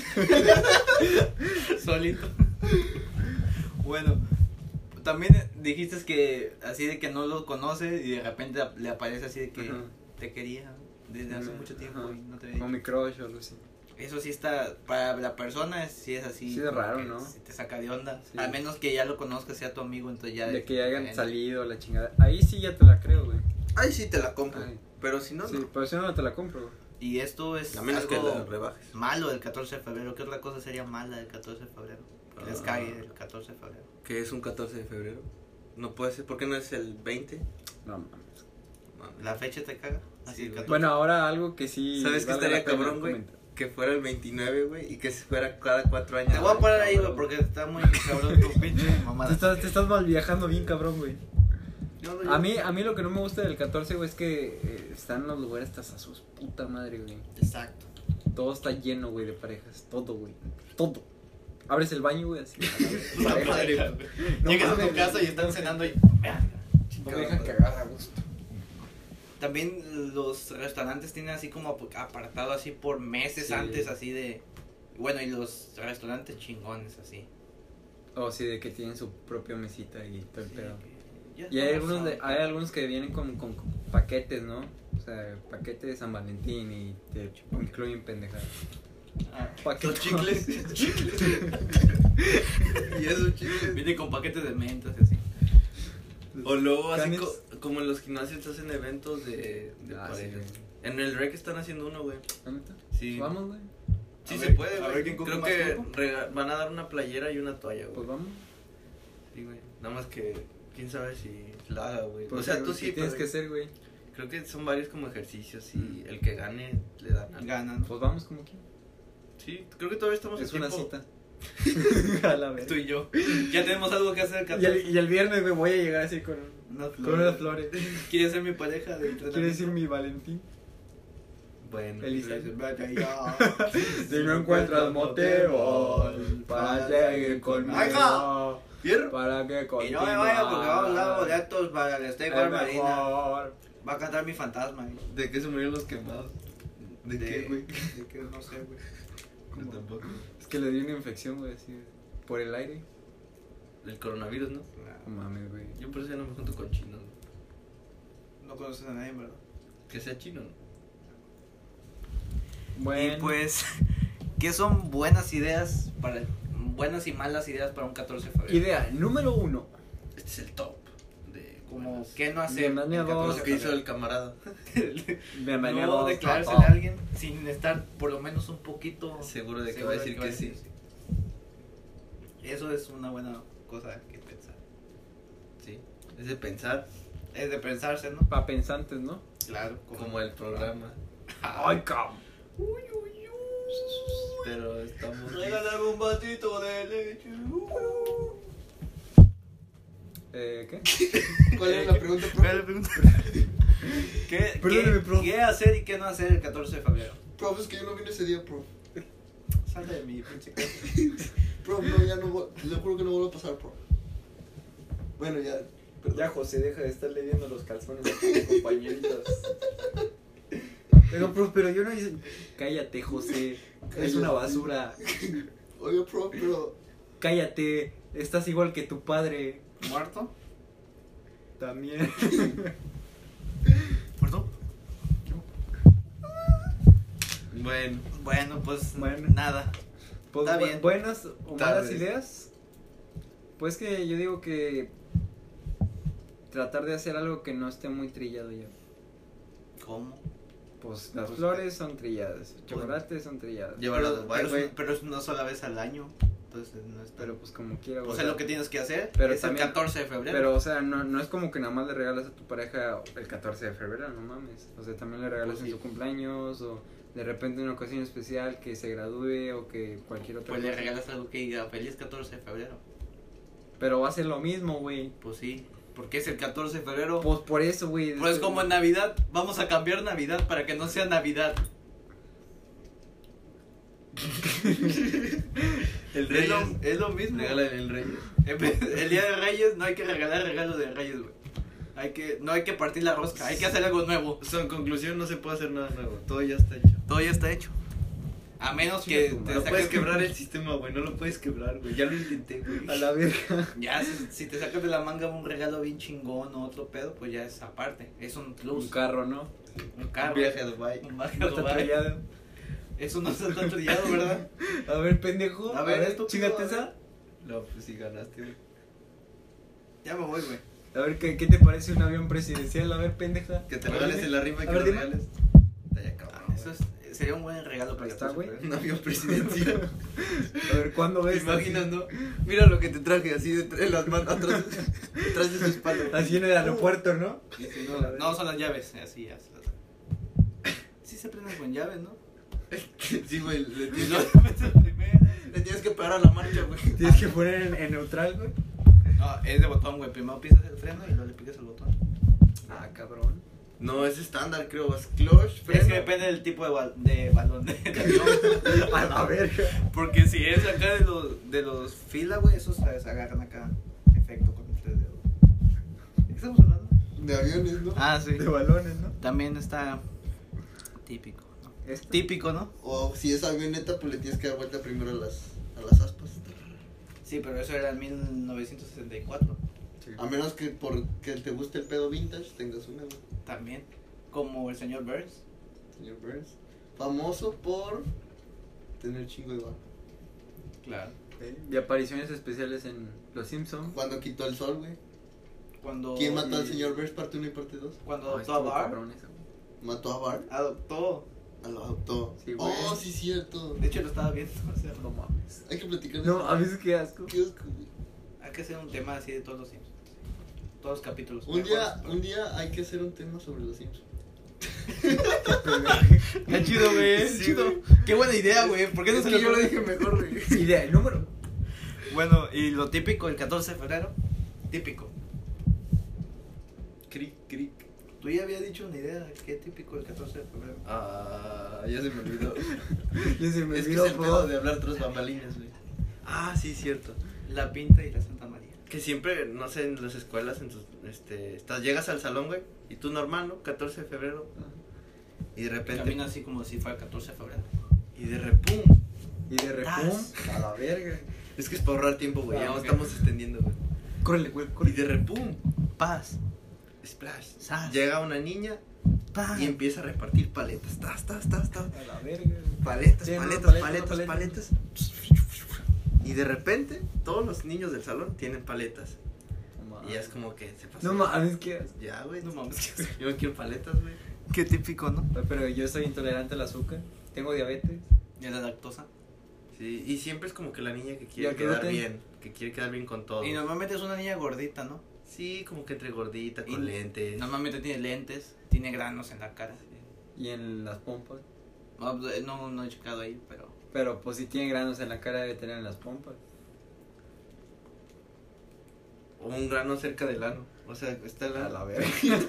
Solito. Bueno, también dijiste que así de que no lo conoce y de repente le aparece así de que Ajá. te quería desde hace mucho tiempo Ajá. y no te veía. Como mi crush o algo así. Eso sí está, para la persona es- sí es así. Sí es como raro, que ¿no? sí te saca de onda. Sí. Al menos que ya lo conozcas, sea tu amigo, entonces ya. De es que ya hayan diferente. salido la chingada. Ahí sí ya te la creo, güey. Ay, sí te la compro. Ay. Pero si no, Sí, no. pero si no, no te la compro, güey. Y esto es A menos que algo la rebajes. malo del catorce de febrero. ¿Qué otra cosa sería mala del catorce de febrero? Que les Ah. cague el catorce de febrero. Que es un catorce de febrero. No puede ser. ¿Por qué no es el veinte? No mames. Mames. ¿La fecha te caga? Así Sí, el güey. catorce. Bueno, ahora algo que sí. ¿Sabes qué vale estaría la pena cabrón, güey? comentar. Que fuera el veintinueve, güey, y que se fuera cada cuatro años. Te voy a parar ahí, güey, porque está muy cabrón tu pinche Te mamada. estás, te estás mal viajando bien, cabrón, güey. Yo no- yo- A mí, a mí lo que no me gusta del catorce, güey, es que eh, están los lugares hasta a sus puta madre, güey. Exacto. Todo está lleno, güey, de parejas. Todo, güey. Todo. Abres el baño, güey, así. La madre, güey. No Llegas a tu mames, casa y güey. están cenando y. No me dejan cagar a gusto. También los restaurantes tienen así como ap- apartado así por meses Sí. antes, así de. Bueno, y los restaurantes chingones así. O sí, de que tienen su propia mesita y todo el Sí, pedo. que ya Y hay estamos algunos, de, a- hay algunos que vienen con, con, con paquetes, ¿no? O sea, paquete de San Valentín y te incluyen pendejadas. Ah, Paquete. Los chicles. y esos chicles. viene con paquetes de mentas y así. O luego así Canes. co- como en los gimnasios te hacen eventos de, de Ah, sí, parejas. güey. En el rec están haciendo uno, güey. ¿La neta? Sí. Vamos, güey. Sí A se ver, puede, a güey. ver quién coge Creo más que tiempo. rega- van a dar una playera y una toalla, güey. Pues vamos. Sí, güey. Nada más que quién sabe si la haga, güey. Pues, o sea, ¿qué- tú qué sí, tienes pero que hacer, güey. creo que son varios como ejercicios y el que gane le dan algo. Ganan. Pues vamos como quieras. Sí, creo que todavía estamos Es a una tiempo. cita. A la vez. Tú y yo. Ya tenemos algo que hacer, Y catorce. el, y el viernes, güey, voy a llegar así con, Unas con unas flores. ¿Quieres ser mi pareja de entrenamiento? ¿Quieres decir mi Valentín? Bueno, Elisa. pues, Vete ya. Si no encuentras motivo para seguir conmigo. ¡Ay, hija! ¿Fierro? Para que Y continúe. no me vaya porque vamos a dar boletos para el State Farm Es Marina. mejor. Va a cantar mi fantasma. ¿eh? ¿de qué se murieron los quemados? ¿De, qué, güey? De que no sé, güey. Yo tampoco. Es que le dio una infección, güey, así. Por el aire. Del coronavirus, ¿no? No mames, güey. Yo por eso ya no me junto con chinos. No conoces a nadie, ¿verdad? Que sea chino, ¿no? Bueno. Y pues, ¿qué son buenas ideas para buenas y malas ideas para un catorce de febrero? Idea número uno. Este es el top. De Como, buenas. ¿qué no hacer? Bienvenido el a catorce Lo de que hizo febrero? el camarada. Bienvenido No a declarársele a alguien sin estar por lo menos un poquito Seguro de que seguro va a decir que sí. Eso es una buena cosa que pensar. Sí. Es de pensar Es de pensarse, ¿no? Para pensantes, ¿no? Claro. como el programa. Ay, cabrón. Pero estamos. Regálame un vasito de leche. Eh, ¿qué? ¿Cuál es la pregunta, profe? ¿Qué, Perdóneme, qué, profe. ¿Qué hacer y qué no hacer el catorce de febrero? Profe, es que yo no vine ese día, profe. Sal de mi pinche casa. Profe, no, ya no voy. Le juro que no vuelvo a pasar, profe. Bueno, ya. Perdón. Ya, José, deja de estar leyendo los calzones a tus compañeritas. Pero, profe, pero yo no hice. Cállate, José. Es una basura. Oiga, profe, pero. Cállate. Estás igual que tu padre. ¿Muerto? También. ¿Muerto? Bueno, Bueno, pues Bueno. nada. Pues, Está bu- bien. Buenas o Tal malas vez. ideas. Pues que yo digo que tratar de hacer algo que no esté muy trillado ya. ¿Cómo? Pues las Pues, flores son trilladas, chocolates son trilladas. Llevarlo a Pero, Dubai. pero, es, pero es una sola vez al año. Entonces no es Pero pues como quiera. Pues o es sea, lo que tienes que hacer. pero es también- el catorce de febrero. Pero o sea, no, no es como que nada más le regalas a tu pareja el catorce de febrero, no mames. O sea, también le regalas Pues en sí. su cumpleaños o de repente una ocasión especial que se gradúe o que cualquier otra Pues le cosa. regalas algo que diga feliz catorce de febrero. Pero va a ser lo mismo, güey. Pues sí. Porque es el catorce de febrero. Pues por eso, güey. Pues es- como en Navidad, vamos a cambiar Navidad para que no sea Navidad. El Es Reyes. lo, es lo mismo. Regálale el Reyes. En vez- El día de Reyes no hay que regalar regalos de Reyes, güey. Hay que, no hay que partir la rosca, hay que hacer algo nuevo. O sea, en conclusión, no se puede hacer nada nuevo. Todo ya está hecho. Todo ya está hecho. A menos que Chinga tu te No saques puedes quebrar el sistema, güey. No lo puedes quebrar, güey. Ya lo intenté, güey. A la verga. Ya, si, si te sacas de la manga un regalo bien chingón o otro pedo, pues ya es aparte. Es un plus. Un carro, ¿no? Un carro. Un viaje a Dubai. Un viaje a No está Dubái. trillado. Eso no está tan trillado, ¿verdad? A ver, pendejo. A ver, estúpido, chíngate a ver. esa. No, pues sí ganaste, güey. Ya me voy, güey. A ver, ¿qué, ¿qué te parece un avión presidencial? A ver, pendeja. Que te A ver, regales dime. en la rima A que ver, lo dime. regales. Está ya cabrón. Eso es, sería un buen regalo para Ahí está, el güey. catorce de Un febrero. avión presidencial. A ver, ¿cuándo ¿Te ves? imaginas, no? Mira lo que te traje así de en las manos atrás, atrás de su espalda. Así en el aeropuerto, ¿no? Y si no, no, son las llaves, así ya. se las- Sí se prenden con llaves, ¿no? Sí, güey, le Y tienes, luego metes primero. le tienes que pegar a la marcha, güey. Tienes que poner en, en neutral, güey. No, es de botón, güey. Primero pisas el freno y luego le picas el botón. Ah, cabrón. No, es estándar, creo. Es clutch, freno. Es que depende del tipo de, bal- de balón de, de avión. A la verga. Porque si es acá de los, de los fila, güey, esos se se agarran acá. Efecto con el tres dedos. ¿De qué estamos hablando? De aviones, ¿no? Ah, sí. De balones, ¿no? También está típico, ¿no? Esto. Típico, ¿no? O si es avioneta, pues le tienes que dar vuelta primero a las, a las aspas. Sí, pero eso era en mil novecientos sesenta y cuatro. A menos que porque te guste el pedo vintage, tengas una, güey. También. Como el señor Burns. Señor Burns. Famoso por tener chingo de bar. Claro. Y apariciones especiales en Los Simpsons. Cuando quitó el sol, güey. Cuando. ¿Quién mató al y- señor Burns parte uno y parte dos? Cuando adoptó a Bart. ¿Mató a Bart? Adoptó. Ah, lo adoptó. Sí, güey. Oh, sí, cierto. De hecho, lo estaba viendo. O sea, No mames. Hay que platicar de No, eso. a veces qué asco. Qué asco, güey. hay que hacer un tema así de todos los Simpsons. Todos los capítulos. Un día, Mejores. un día hay que hacer un tema sobre los Simpsons. Qué chido, güey. Sí, chido. güey. Qué buena idea, güey. ¿Por qué no Es se que lo yo lo dije mejor, güey. Idea, el número. Bueno, y lo típico el catorce de febrero. Típico. Cric, cric. Tú ya habías dicho una idea. ¿Qué típico el catorce de febrero? Ah, ya se me olvidó. Ya se me Es que olvidó, es el po. pedo de hablar tras bambalinas, güey. Ah, sí, cierto. La Pinta y la Santa María. Que siempre, no sé, en las escuelas, en tus, este, estás, llegas al salón, güey, y tú normal, ¿no? catorce de febrero. Y de repente, Camina así como si fuera el catorce de febrero. y de repum. Y de repum, a la verga. Es que es para ahorrar tiempo, güey, Ah, ya ok. no estamos extendiendo, güey. Córrele, güey, Y córrele. de repum, Paz. splash. Sas. Llega una niña Paz. y empieza a repartir paletas. Tas, tas, tas, tas. A la verga. Paletas, Sí, una paletas, paleta, paletas, una paleta. paletas. Y de repente, todos los niños del salón tienen paletas. Y ya es como que se pasó. No mames, qué asco. Ya, güey. No mames, qué- Yo no quiero paletas, güey. Qué típico, ¿no? Pero yo soy intolerante al azúcar. Tengo diabetes. Y a la lactosa. Sí, y siempre es como que la niña que quiere al quedar gluten? bien, que quiere quedar bien con todo. Y normalmente es una niña gordita, ¿no? Sí, como que entre gordita, Y con lentes. Normalmente tiene lentes, tiene granos en la cara. Y en las pompas. No, no, no he checado ahí, pero. Pero pues si tiene granos en la cara debe tener en las pompas. O un grano cerca del ano. O sea, está la... A la verga.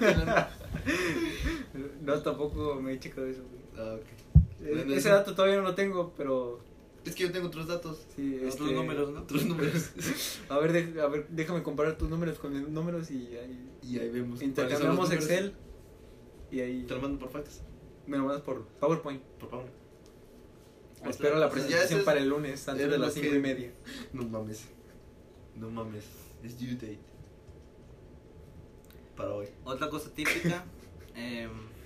No, tampoco me he checado eso, güey. Ah, ok. Eh, Bueno, Ese eso- dato todavía no lo tengo, pero Es que yo tengo otros datos. sí, Otros este, números, ¿no? Otros números. A ver, de- a ver, déjame comparar tus números con mis números y ahí Y ahí vemos. intercambiamos cuáles son los Excel y ahí números. Te lo mando por fax. me lo mandas por PowerPoint. Por favor. Espero la Pues ya presentación ese es- para el lunes antes era de lo las cinco que- y media. No mames. No mames. Es due date. para hoy. Otra cosa típica. eh,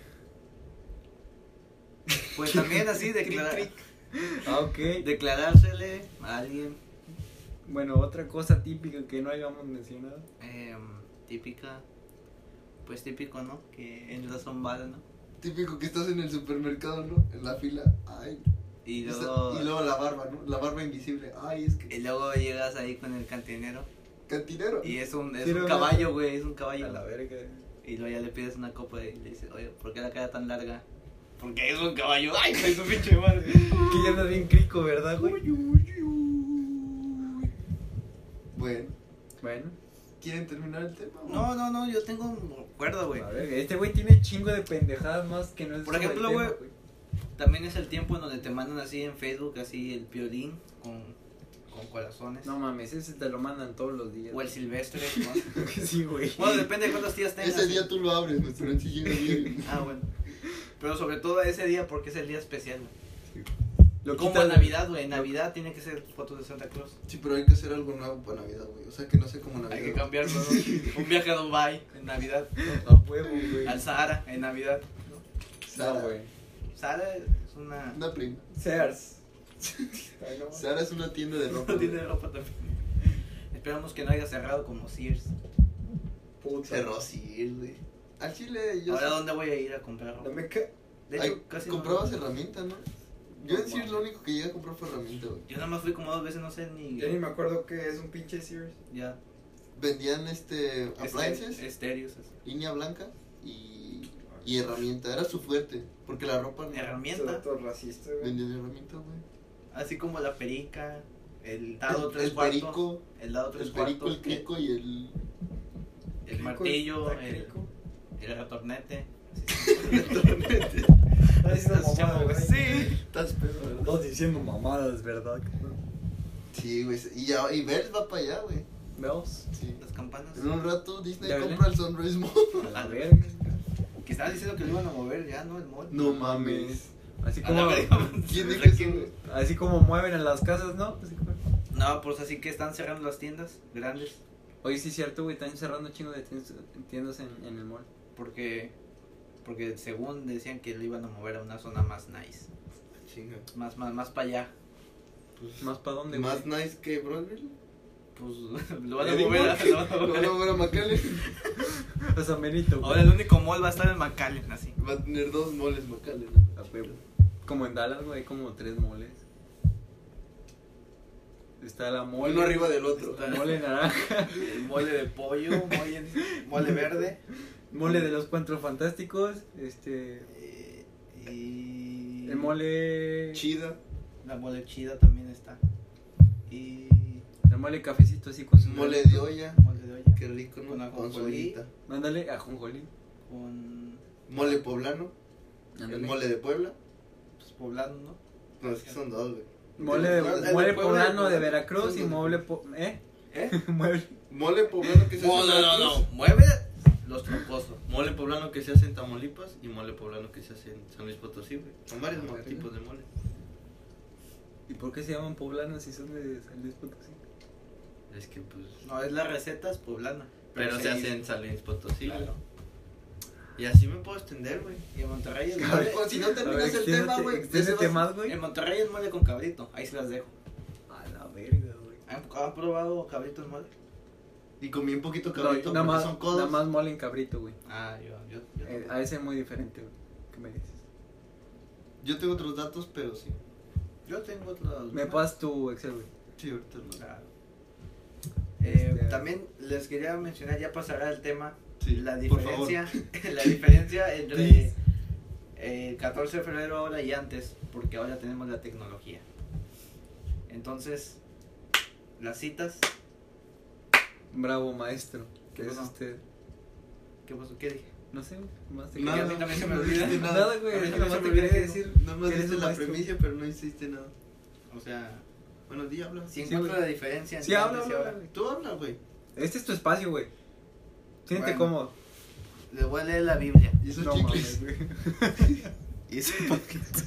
pues también así declarar, Ah, ok. declarársele a alguien. Bueno, otra cosa típica que no hayamos mencionado. eh, típica. Pues típico, ¿no? Que entras a un bar, ¿no? Típico que estás en el supermercado, ¿no? En la fila. Ay. Y Esa- luego, y luego la barba, ¿no? La barba invisible. Ay, es que. y luego llegas ahí con el cantinero. Cantinero. Y es un, es Sí, un no, caballo, güey, es un caballo. A la verga. Y luego ya le pides una copa y le dices, oye, ¿por qué la cara tan larga? Porque es un caballo. ¡Ay, soy su pinche madre! Que ya anda bien crico, ¿verdad, güey? Bueno, Bueno, ¿quieren terminar el tema? o No, no, no, yo tengo un recuerdo, güey. a ver, este güey tiene chingo de pendejadas más que no es Por sobre ejemplo, el tema, güey, También es el tiempo en donde te mandan así en Facebook, así el piolín con, con corazones. No mames, ese te lo mandan todos los días. O el silvestre, ¿no? Sí, güey. Bueno, depende de cuántos días tengas. Ese día tú lo abres, güey, pero en sí llega bien. Ah, bueno. Pero sobre todo ese día porque es el día especial, güey. Lo Como quitas en de- Navidad, güey. En Navidad tiene que ser fotos de Santa Claus. Sí, pero hay que hacer algo nuevo para Navidad, güey. O sea, que no sea como Navidad. Hay que cambiarlo, ¿no? Un viaje a Dubai en Navidad. A huevo, güey. Al Sahara en Navidad. Sara, No, güey. Sahara es una... Una prima. Sears. Ay, no. Sara es una tienda de ropa. No tiene güey. ropa también. Esperamos que no haya cerrado como Sears. Puta. Cerró sí, güey. Al chile, yo Ahora, sé- ¿dónde voy a ir a comprar ropa? Dame ca- De Ay, hecho, casi comprabas no... herramientas, ¿no? Yo No, en sí mames. lo único que llegué a comprar fue herramienta, güey. Yo nada más fui como dos veces, no sé ni... Yo ni me acuerdo que es un pinche Sears. Ya. Vendían este appliances, Este- Estéreos. así. línea blanca y, y herramienta. Era su fuerte, porque la ropa no. Herramienta. Todo racista, güey. Vendían herramienta, güey. Así como la perica, el dado El- tres el cuartos. perico, el dado tres El perico, cuartos. el crico y el... El martillo, Está el, crico. el retornete. Está diciendo Estás mamada, chavo, güey. Sí. Estás pedo, ¿verdad? Estás diciendo mamadas, ¿verdad? Sí, güey. Y, ya, y Bells va para allá, güey. ¿Veos? Sí. Las campanas. En un rato Disney ¿Ya compra ven? el Sunrise Mall. A la verga. Que estaban diciendo que lo iban a mover ya, ¿no? El mall. No mames. Así A como, la verga. ¿Quién dijo eso, güey? así como mueven en las casas, ¿no? Así como- No, pues así que están cerrando las tiendas grandes. Oye, sí es cierto, güey, están cerrando chingo de tiendas, tiendas en, en el mall. Porque porque según decían que lo iban a mover a una zona más nice. Chinga. Más, más, más para allá. Pues, ¿Más para dónde, ¿Más güey? nice que Broadville? Pues lo van a Edinburgh. mover a, lo van a Lo mover. van a mover a McAllen. A San Benito, güey. Ahora el único mall va a estar en McAllen, así. Va a tener dos moles McAllen. A huevo. Como en Dallas, güey, hay como tres moles. Está la mole. Uno arriba del otro. Está- Mole naranja. El mole de pollo, mole, mole verde. Mole de los Cuatro Fantásticos. Este. eh, y El mole. Chida. la mole chida también está. Y El mole cafecito así con su. Mole de olla. mole de olla. Qué rico, ¿no? Con Con ajonjolí. solita. Mándale a Jonjolí. Con Mole poblano. El mole de Puebla. pues, poblano, ¿no? No, es que son dos, güey. Mole, El de, de mole Puebla, poblano el de de- Veracruz son y dos. mole. Po ¿Eh? ¿Eh? Mole. Mole poblano que se No, hace no, en no, Veracruz. no. Mueve los troncosos. Mole poblano que se hace en Tamaulipas y mole poblano que se hace en San Luis Potosí, güey. Son varios Ah, moles. Tipos de mole. ¿Y por qué se llaman poblanos si son de San Luis Potosí? Es que pues... No, es la receta es poblana. Pero se hace dice- en San Luis Potosí, güey. Claro. Y así me puedo extender, güey. Y en Monterrey el A mole. ver, pues, si no A ver, terminas el tema, extiéndete- güey. extiéndete ese va- más, güey. En Monterrey el mole con cabrito. Ahí se las dejo. A la verga, güey. ¿Han, han probado cabrito en mole? Y comí un poquito No, cabrito nada porque más, son codos. nada más mole en cabrito, güey. Ah, yo, yo, yo. Eh, a ese es muy diferente, güey. ¿Qué me dices? Yo tengo otros datos, pero sí. Yo tengo otros. Me pasas tu Excel, güey. Sí, ahorita lo... Claro. Eh, Este- También les quería mencionar, ya pasará el tema, Sí, la por favor. diferencia, la diferencia entre Please. eh, el catorce de febrero ahora y antes, porque ahora tenemos la tecnología. Entonces, las citas, Bravo, maestro. ¿Qué ¿Qué es pasó? usted? ¿qué pasó? ¿Qué dije? No sé, güey. Más te Nada. quería- a mí también se me no olvida. dijiste Nada, güey. A mí es que también nomás se te me quería olvida. decir. Nada más que eres diste un la maestro. premisa, pero no hiciste nada. O sea, Bueno, di, habla. si Sí, encuentro güey. la diferencia Sí, entre habla, antes y habla, ahora. güey. Tú habla, güey. Este es tu espacio, güey. Siéntete Bueno. cómodo. Les voy a leer la Biblia. Y esos No chicles. mames, güey. Y ese poquito.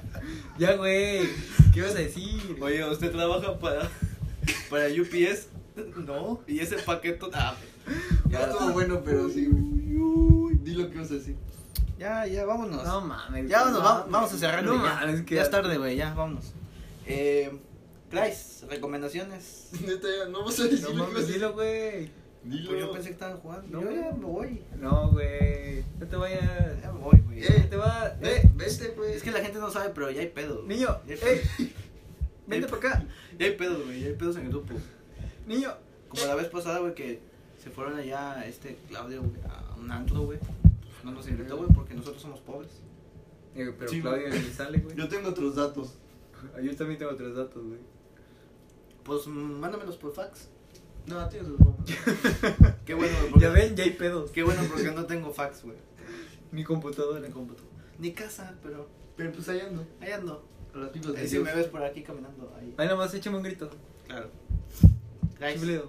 Ya, güey. ¿Qué ibas a decir? Oye, ¿usted trabaja para, para U P S? No, y ese paquete. Ah, Ya estuvo bueno, pero sí, güey. Di lo que ibas a decir. ya, ya, vámonos. No mames. Ya vámonos, no, vamos, vamos a cerrar. No ya. mames, que Ya es tarde, güey, ya, vámonos. Eh, Christ, recomendaciones. Neta, ya, no vas a decir No lo que ibas a mames, decir. dilo, güey. Dilo. Pues yo pensé que estaban jugando. No. Yo ya me voy. No, güey. No te vayas. Ya me voy, güey. Eh. No te va. Eh, Eh, vete, pues. Es que la gente no sabe, pero ya hay pedos. güey. niño. Ya hay Eh. pedos. Vente para acá. Ya hay pedos, güey. Ya hay pedos en el grupo. Niño. Como la vez pasada, güey, que se fueron allá, este Claudio, güey, a un antro, güey. No nos invitó, güey, porque nosotros somos pobres. Eh, pero Sí, Claudio güey. ni sale, güey. Yo tengo otros datos. Yo también tengo otros datos, güey. Pues mm, mándamelos por fax. No, tienes los bombos. Qué bueno, güey. porque- Ya ven, ya hay pedos. Qué bueno, porque no tengo fax, güey. Mi computadora. Ni computadora. Ni casa, pero Pero pues ahí ando. ahí ando. Con las pipas de Ahí si Dios. me ves por aquí caminando, ahí. Ahí nomás échame un grito. Claro. Guys, Chiflido.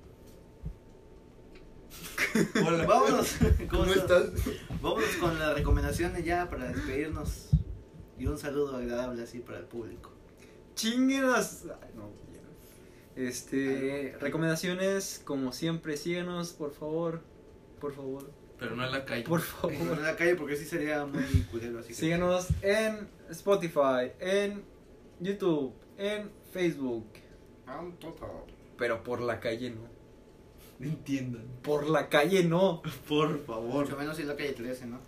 Hola. vámonos. ¿Cómo está? estás? Vámonos con las recomendaciones ya para despedirnos. Y un saludo agradable así para el público. Chinguenas. Ay, no, ya. Este. Recomendaciones, como siempre, síganos, por favor. Por favor. Pero no en la calle. Por No en favor. la calle porque sí sería muy culero, así que Síganos en Spotify, en YouTube, en Facebook. Pero por la calle no. Entiendan. Por la calle no. Por favor. mucho menos si es la calle trece, ¿no?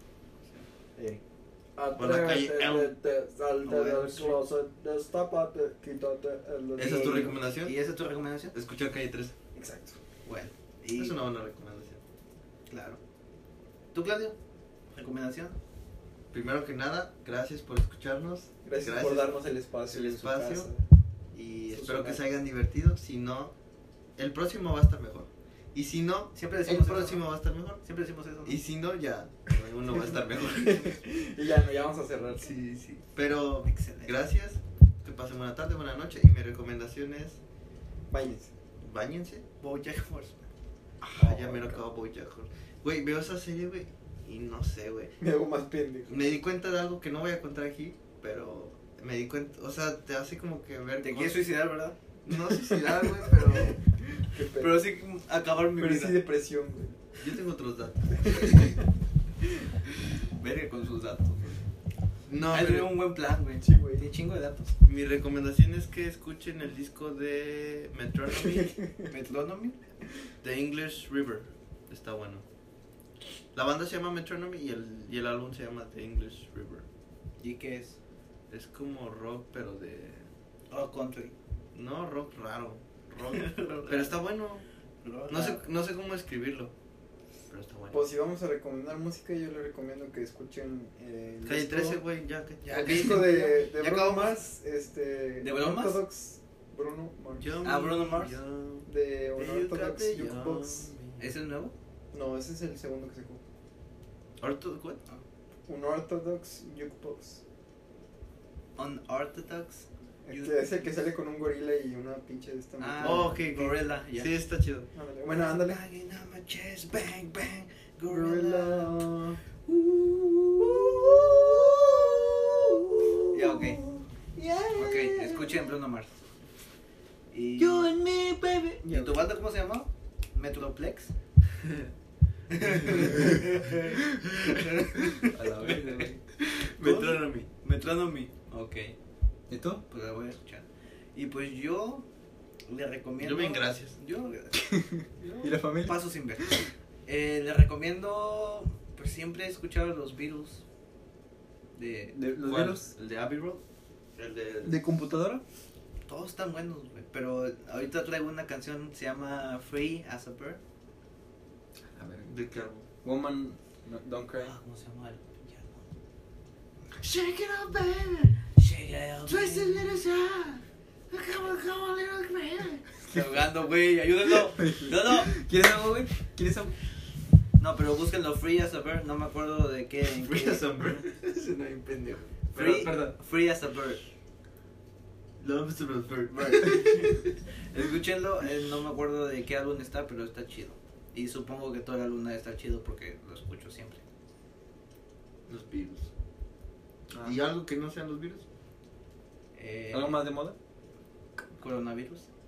Por la calle Elm. Salte Bueno, del sí. closet, destápate, quítate el... ¿Esa es tu recomendación? ¿Y esa es tu recomendación? Escuchar Calle tres. Exacto. Bueno, y Es una buena recomendación. claro. ¿Tú, Claudio? ¿Recomendación? Primero que nada, gracias por escucharnos. Gracias, por darnos el espacio. el en su espacio. casa. Y Sus espero que hogares. se hayan divertido. Si no, el próximo va a estar mejor. Y si no, Siempre el decimos eso, próximo ¿no? va a estar mejor. Siempre decimos eso, ¿no? Y si no, ya uno va a estar mejor. Y ya, no, ya vamos a cerrar. Sí, sí. Pero Excelente. gracias. Que pasen buena tarde, buena noche. Y mi recomendación es: Báñense. báñense. BoJack Horseman. Ah, ya me lo acabo BoJack Horseman. Güey, veo esa serie, güey. Y no sé, güey. Me hago más pendejo. Me di cuenta de algo que no voy a contar aquí. Pero me di cuenta. O sea, te hace como que ver. Te cosas- quieres suicidar, ¿verdad? No suicidar, güey, pero. Qué pena. Pero sí acabar mi Pero vida. sí depresión, güey. Yo tengo otros datos. Verga con sus datos. No, Ahí pero tiene un buen plan, güey. Sí, güey. Tiene chingo de datos. mi recomendación es que escuchen el disco de Metronomy, Metronomy. The English River. Está bueno. La banda se llama Metronomy y el, y el álbum se llama The English River. ¿Y qué es? Es como rock, pero de. Oh, country. No, rock raro. Rock. Pero está bueno. No sé, no sé cómo escribirlo. Pero está bueno. Pues si vamos a recomendar música, yo les recomiendo que escuchen eh, el Calle disco- trece, güey, ya que. Ya, el disco de, de ¿Ya Bruno acabamos? Mars, este... ¿De Bruno Mars? Unorthodox Bruno Mars. Yo, Ah, Bruno Mars. yo- De you got Unorthodox the Jukebox. young- ¿Ese es nuevo? No, ese es el segundo que sacó. Orto- what? Unorthodox Jukebox. Unorthodox. El que es el que sale con un gorila y una pinche de esta. Ah, madre. Oh, ok, ok. Gorilla, ya. Sí, está chido. Ándale, bueno, ándale. Banging on my chest, bang, bang, Gorilla. gorilla. Ya, ok. Ok, escuchen Bruno Mars. Y... You and me, baby. ¿Y tu banda cómo se llama? Metroplex. A la verga, güey. Metronomy. Metronomy. Ok, ¿Y tú? pues la voy a escuchar. Y pues yo le recomiendo. Yo bien, gracias. Yo, ¿Y la familia? paso sin ver. Eh, le recomiendo, pues siempre he escuchado los Beatles. De, ¿De los ¿Cuál? virus? ¿El de Abbey Road? El de. ¿De computadora? todos están buenos, güey. Pero ahorita traigo una canción, se llama Free as a Bird. A ver. ¿De qué álbum? Woman, no, Don't Cry. Ah, ¿cómo se llama el pinche álbum? Shake it up, baby. Shake it up. Twist it, little shot. Come on, come on, little baby. Estoy ahogando, güey, ayúdenlo. No, no. ¿Quieres algo, güey? ¿Quieres algo? No, pero búsquenlo Free as a Bird. No me acuerdo de qué. en Free qué- as a Bird. Ese no hay un pendejo. Free, Perdón. Free as a Bird. Love to the Bird. Escúchenlo, eh, no me acuerdo de qué álbum está, pero está chido. Y supongo que todo el álbum debe estar chido porque lo escucho siempre. Los virus. Ah. ¿Y algo que no sean los virus? Eh, ¿Algo más de moda? Coronavirus.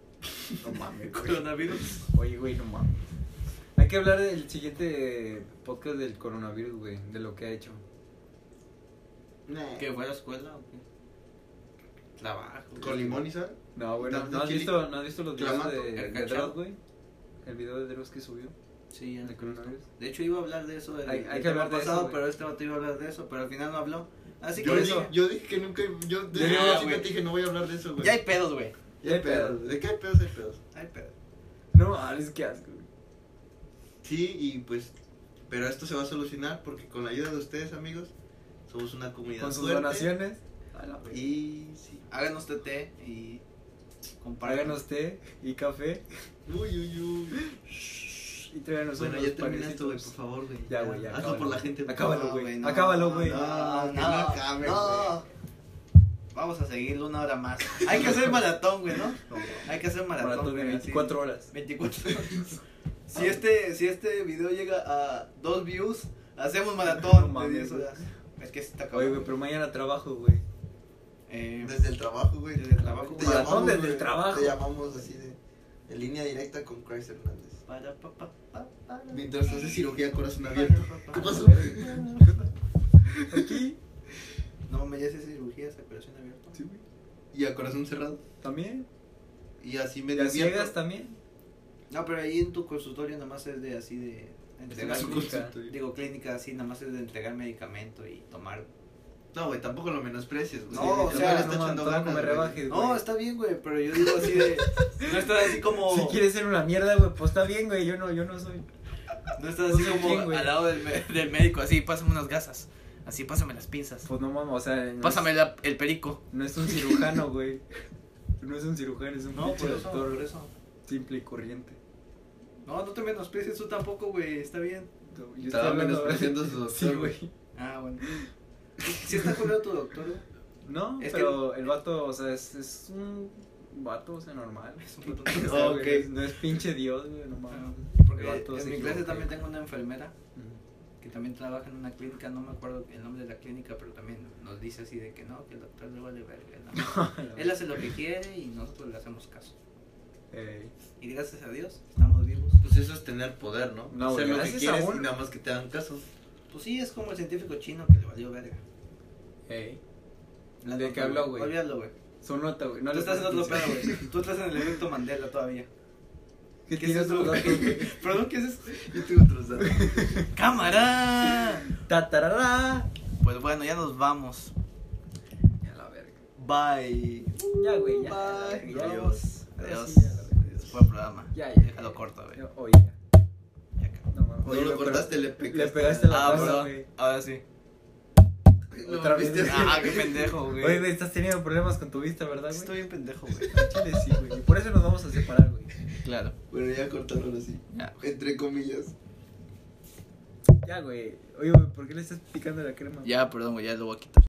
No mames, güey. Coronavirus. Oye, güey, no mames. Hay que hablar del siguiente podcast del coronavirus, güey, de lo que ha hecho. Nah. ¿Que fue a la escuela o qué? Trabajo. Con limón y sal. No, güey, no, ¿De- de ¿no has chile? visto, ¿no has visto los videos Clamato, de, el de cachao. Dross, güey? El video de Dross que subió. Sí, ya ¿De coronavirus? De hecho, iba a hablar de eso el, Hay- hay el que tema hablar de eso, pasado, güey. pero este vato iba a hablar de eso, pero al final no habló. Así Yo, que dije, eso. yo dije que nunca. Yo desde Ya, el principio güey. te dije, no voy a hablar de eso, güey. Ya hay pedos, güey. Ya hay pedos. ¿De qué hay pedos? Hay pedos. Hay pedos. No mames, qué asco, güey. Sí, y pues. Pero esto se va a solucionar porque con la ayuda de ustedes, amigos, somos una comunidad Con sus fuerte. donaciones. A la verga. Y sí. Háganos té y compartan. Háganos té y café. Uy, uy, uy. Y tráiganos Bueno, unos ya termina esto, güey, panecitos. por favor, güey. Ya, güey, ya. Hazlo acábalo. por la gente. por Acábalo, favor. güey. no, Acábalo, güey. No, No, que no, no acabe, no. güey. Vamos a seguirlo una hora más. Hay que hacer maratón, güey, ¿no? Hay que hacer maratón. Maratón de güey, veinticuatro así. horas. veinticuatro horas. Si este, si este video llega a dos views, hacemos maratón No de mames, diez güey. horas. Es que se está Oye, acabando. güey, pero mañana trabajo, güey. Eh, Desde el trabajo, güey. Desde el trabajo. Te Maratón llamamos, desde güey, el trabajo. Te llamamos así de. En línea directa con Chris Hernández. para, pa, pa, pa, pa, Mientras haces cirugía a corazón abierto. ¿Qué pasó? Aquí. No, me ya hice cirugía, esa operación abierta. Sí, güey. Y a corazón cerrado. También. Y así me ¿Y las divierto. ciegas también? No, pero ahí en tu consultorio nada más es de así de entregar. Es una clínica. Digo, clínica así, nada más es de entregar medicamento y tomar. No, güey, tampoco lo menosprecies, güey. No, o El sea, güey no, echando tampoco ganas, me güey. rebajes, No, güey. está bien, güey, pero yo digo así de. No estás así como. Si quieres ser una mierda, güey, pues está bien, güey. Yo no, yo no soy. No estás no así soy como quién, güey. al lado del, me- del médico, así, pásame unas gasas. Así, pásame las pinzas. Pues no mames, o sea. No Pásame es, la- el perico. no es un cirujano, güey. No es un cirujano, es un No, pinche por eso, doctor por eso. simple y corriente. No, no te menosprecies tú tampoco, güey, está bien. Yo estoy Estaba hablando- menospreciando a su doctor, Sí, güey. güey. Ah, bueno. ¿Sí está culero tu doctor, güey? No, Es que- pero el vato, o sea, es, es un vato, o sea, normal. Es un puto- O sea, Ok. güey, es- no es pinche Dios, güey, no mames. Porque El vato en se mi clase equivoca. también tengo una enfermera Ujú. que también trabaja en una clínica, no me acuerdo el nombre de la clínica, pero también nos dice así de que no, que el doctor le vale verga. ¿no? Él hace lo que quiere y nosotros le hacemos caso. Ey. Y gracias a Dios, estamos vivos. Pues eso es tener poder, ¿no? No, Hacer güey, lo que gracias quieres a un- y nada más que te hagan caso. Pues sí, es como el científico chino que le valió verga. Ey. La ¿De nota, qué habló, güey? Olvídalo, güey. Su nota, güey. No Tú le estás en otro pones pedo, atención. güey. Tú estás en el efecto Mandela todavía. ¿Qué ¿Qué tienes es eso, otros güey? datos, güey? Perdón, ¿qué es eso? Yo tengo otros datos. ¡Cámara! Tatarara. Pues bueno, ya nos vamos. Ya la verga. Bye. Ya, güey, ya. Bye. la verga, ya. Adiós. Ahora Adiós. sí, ya la verga. Fue el programa. Ya, ya. Déjalo corto, güey. Yo- Oye, ya. Ya acabó. No, mames. No Oye, lo pero- cortaste, le pegaste. Le pegaste la Ah, taza, perdón. güey. Ahora sí. Lo Otra volviste vez. a hacer. Ah, qué pendejo, güey. Oye, güey, estás teniendo problemas con tu vista, ¿verdad, güey? Estoy bien pendejo, güey. Al Chile sí, güey. Y por eso nos vamos a separar, güey. Claro. Bueno, ya cortaron así. Ya. Entre comillas. Ya, güey. Oye, güey, ¿por qué le estás picando la crema? Ya, perdón, güey, ya lo voy a quitar.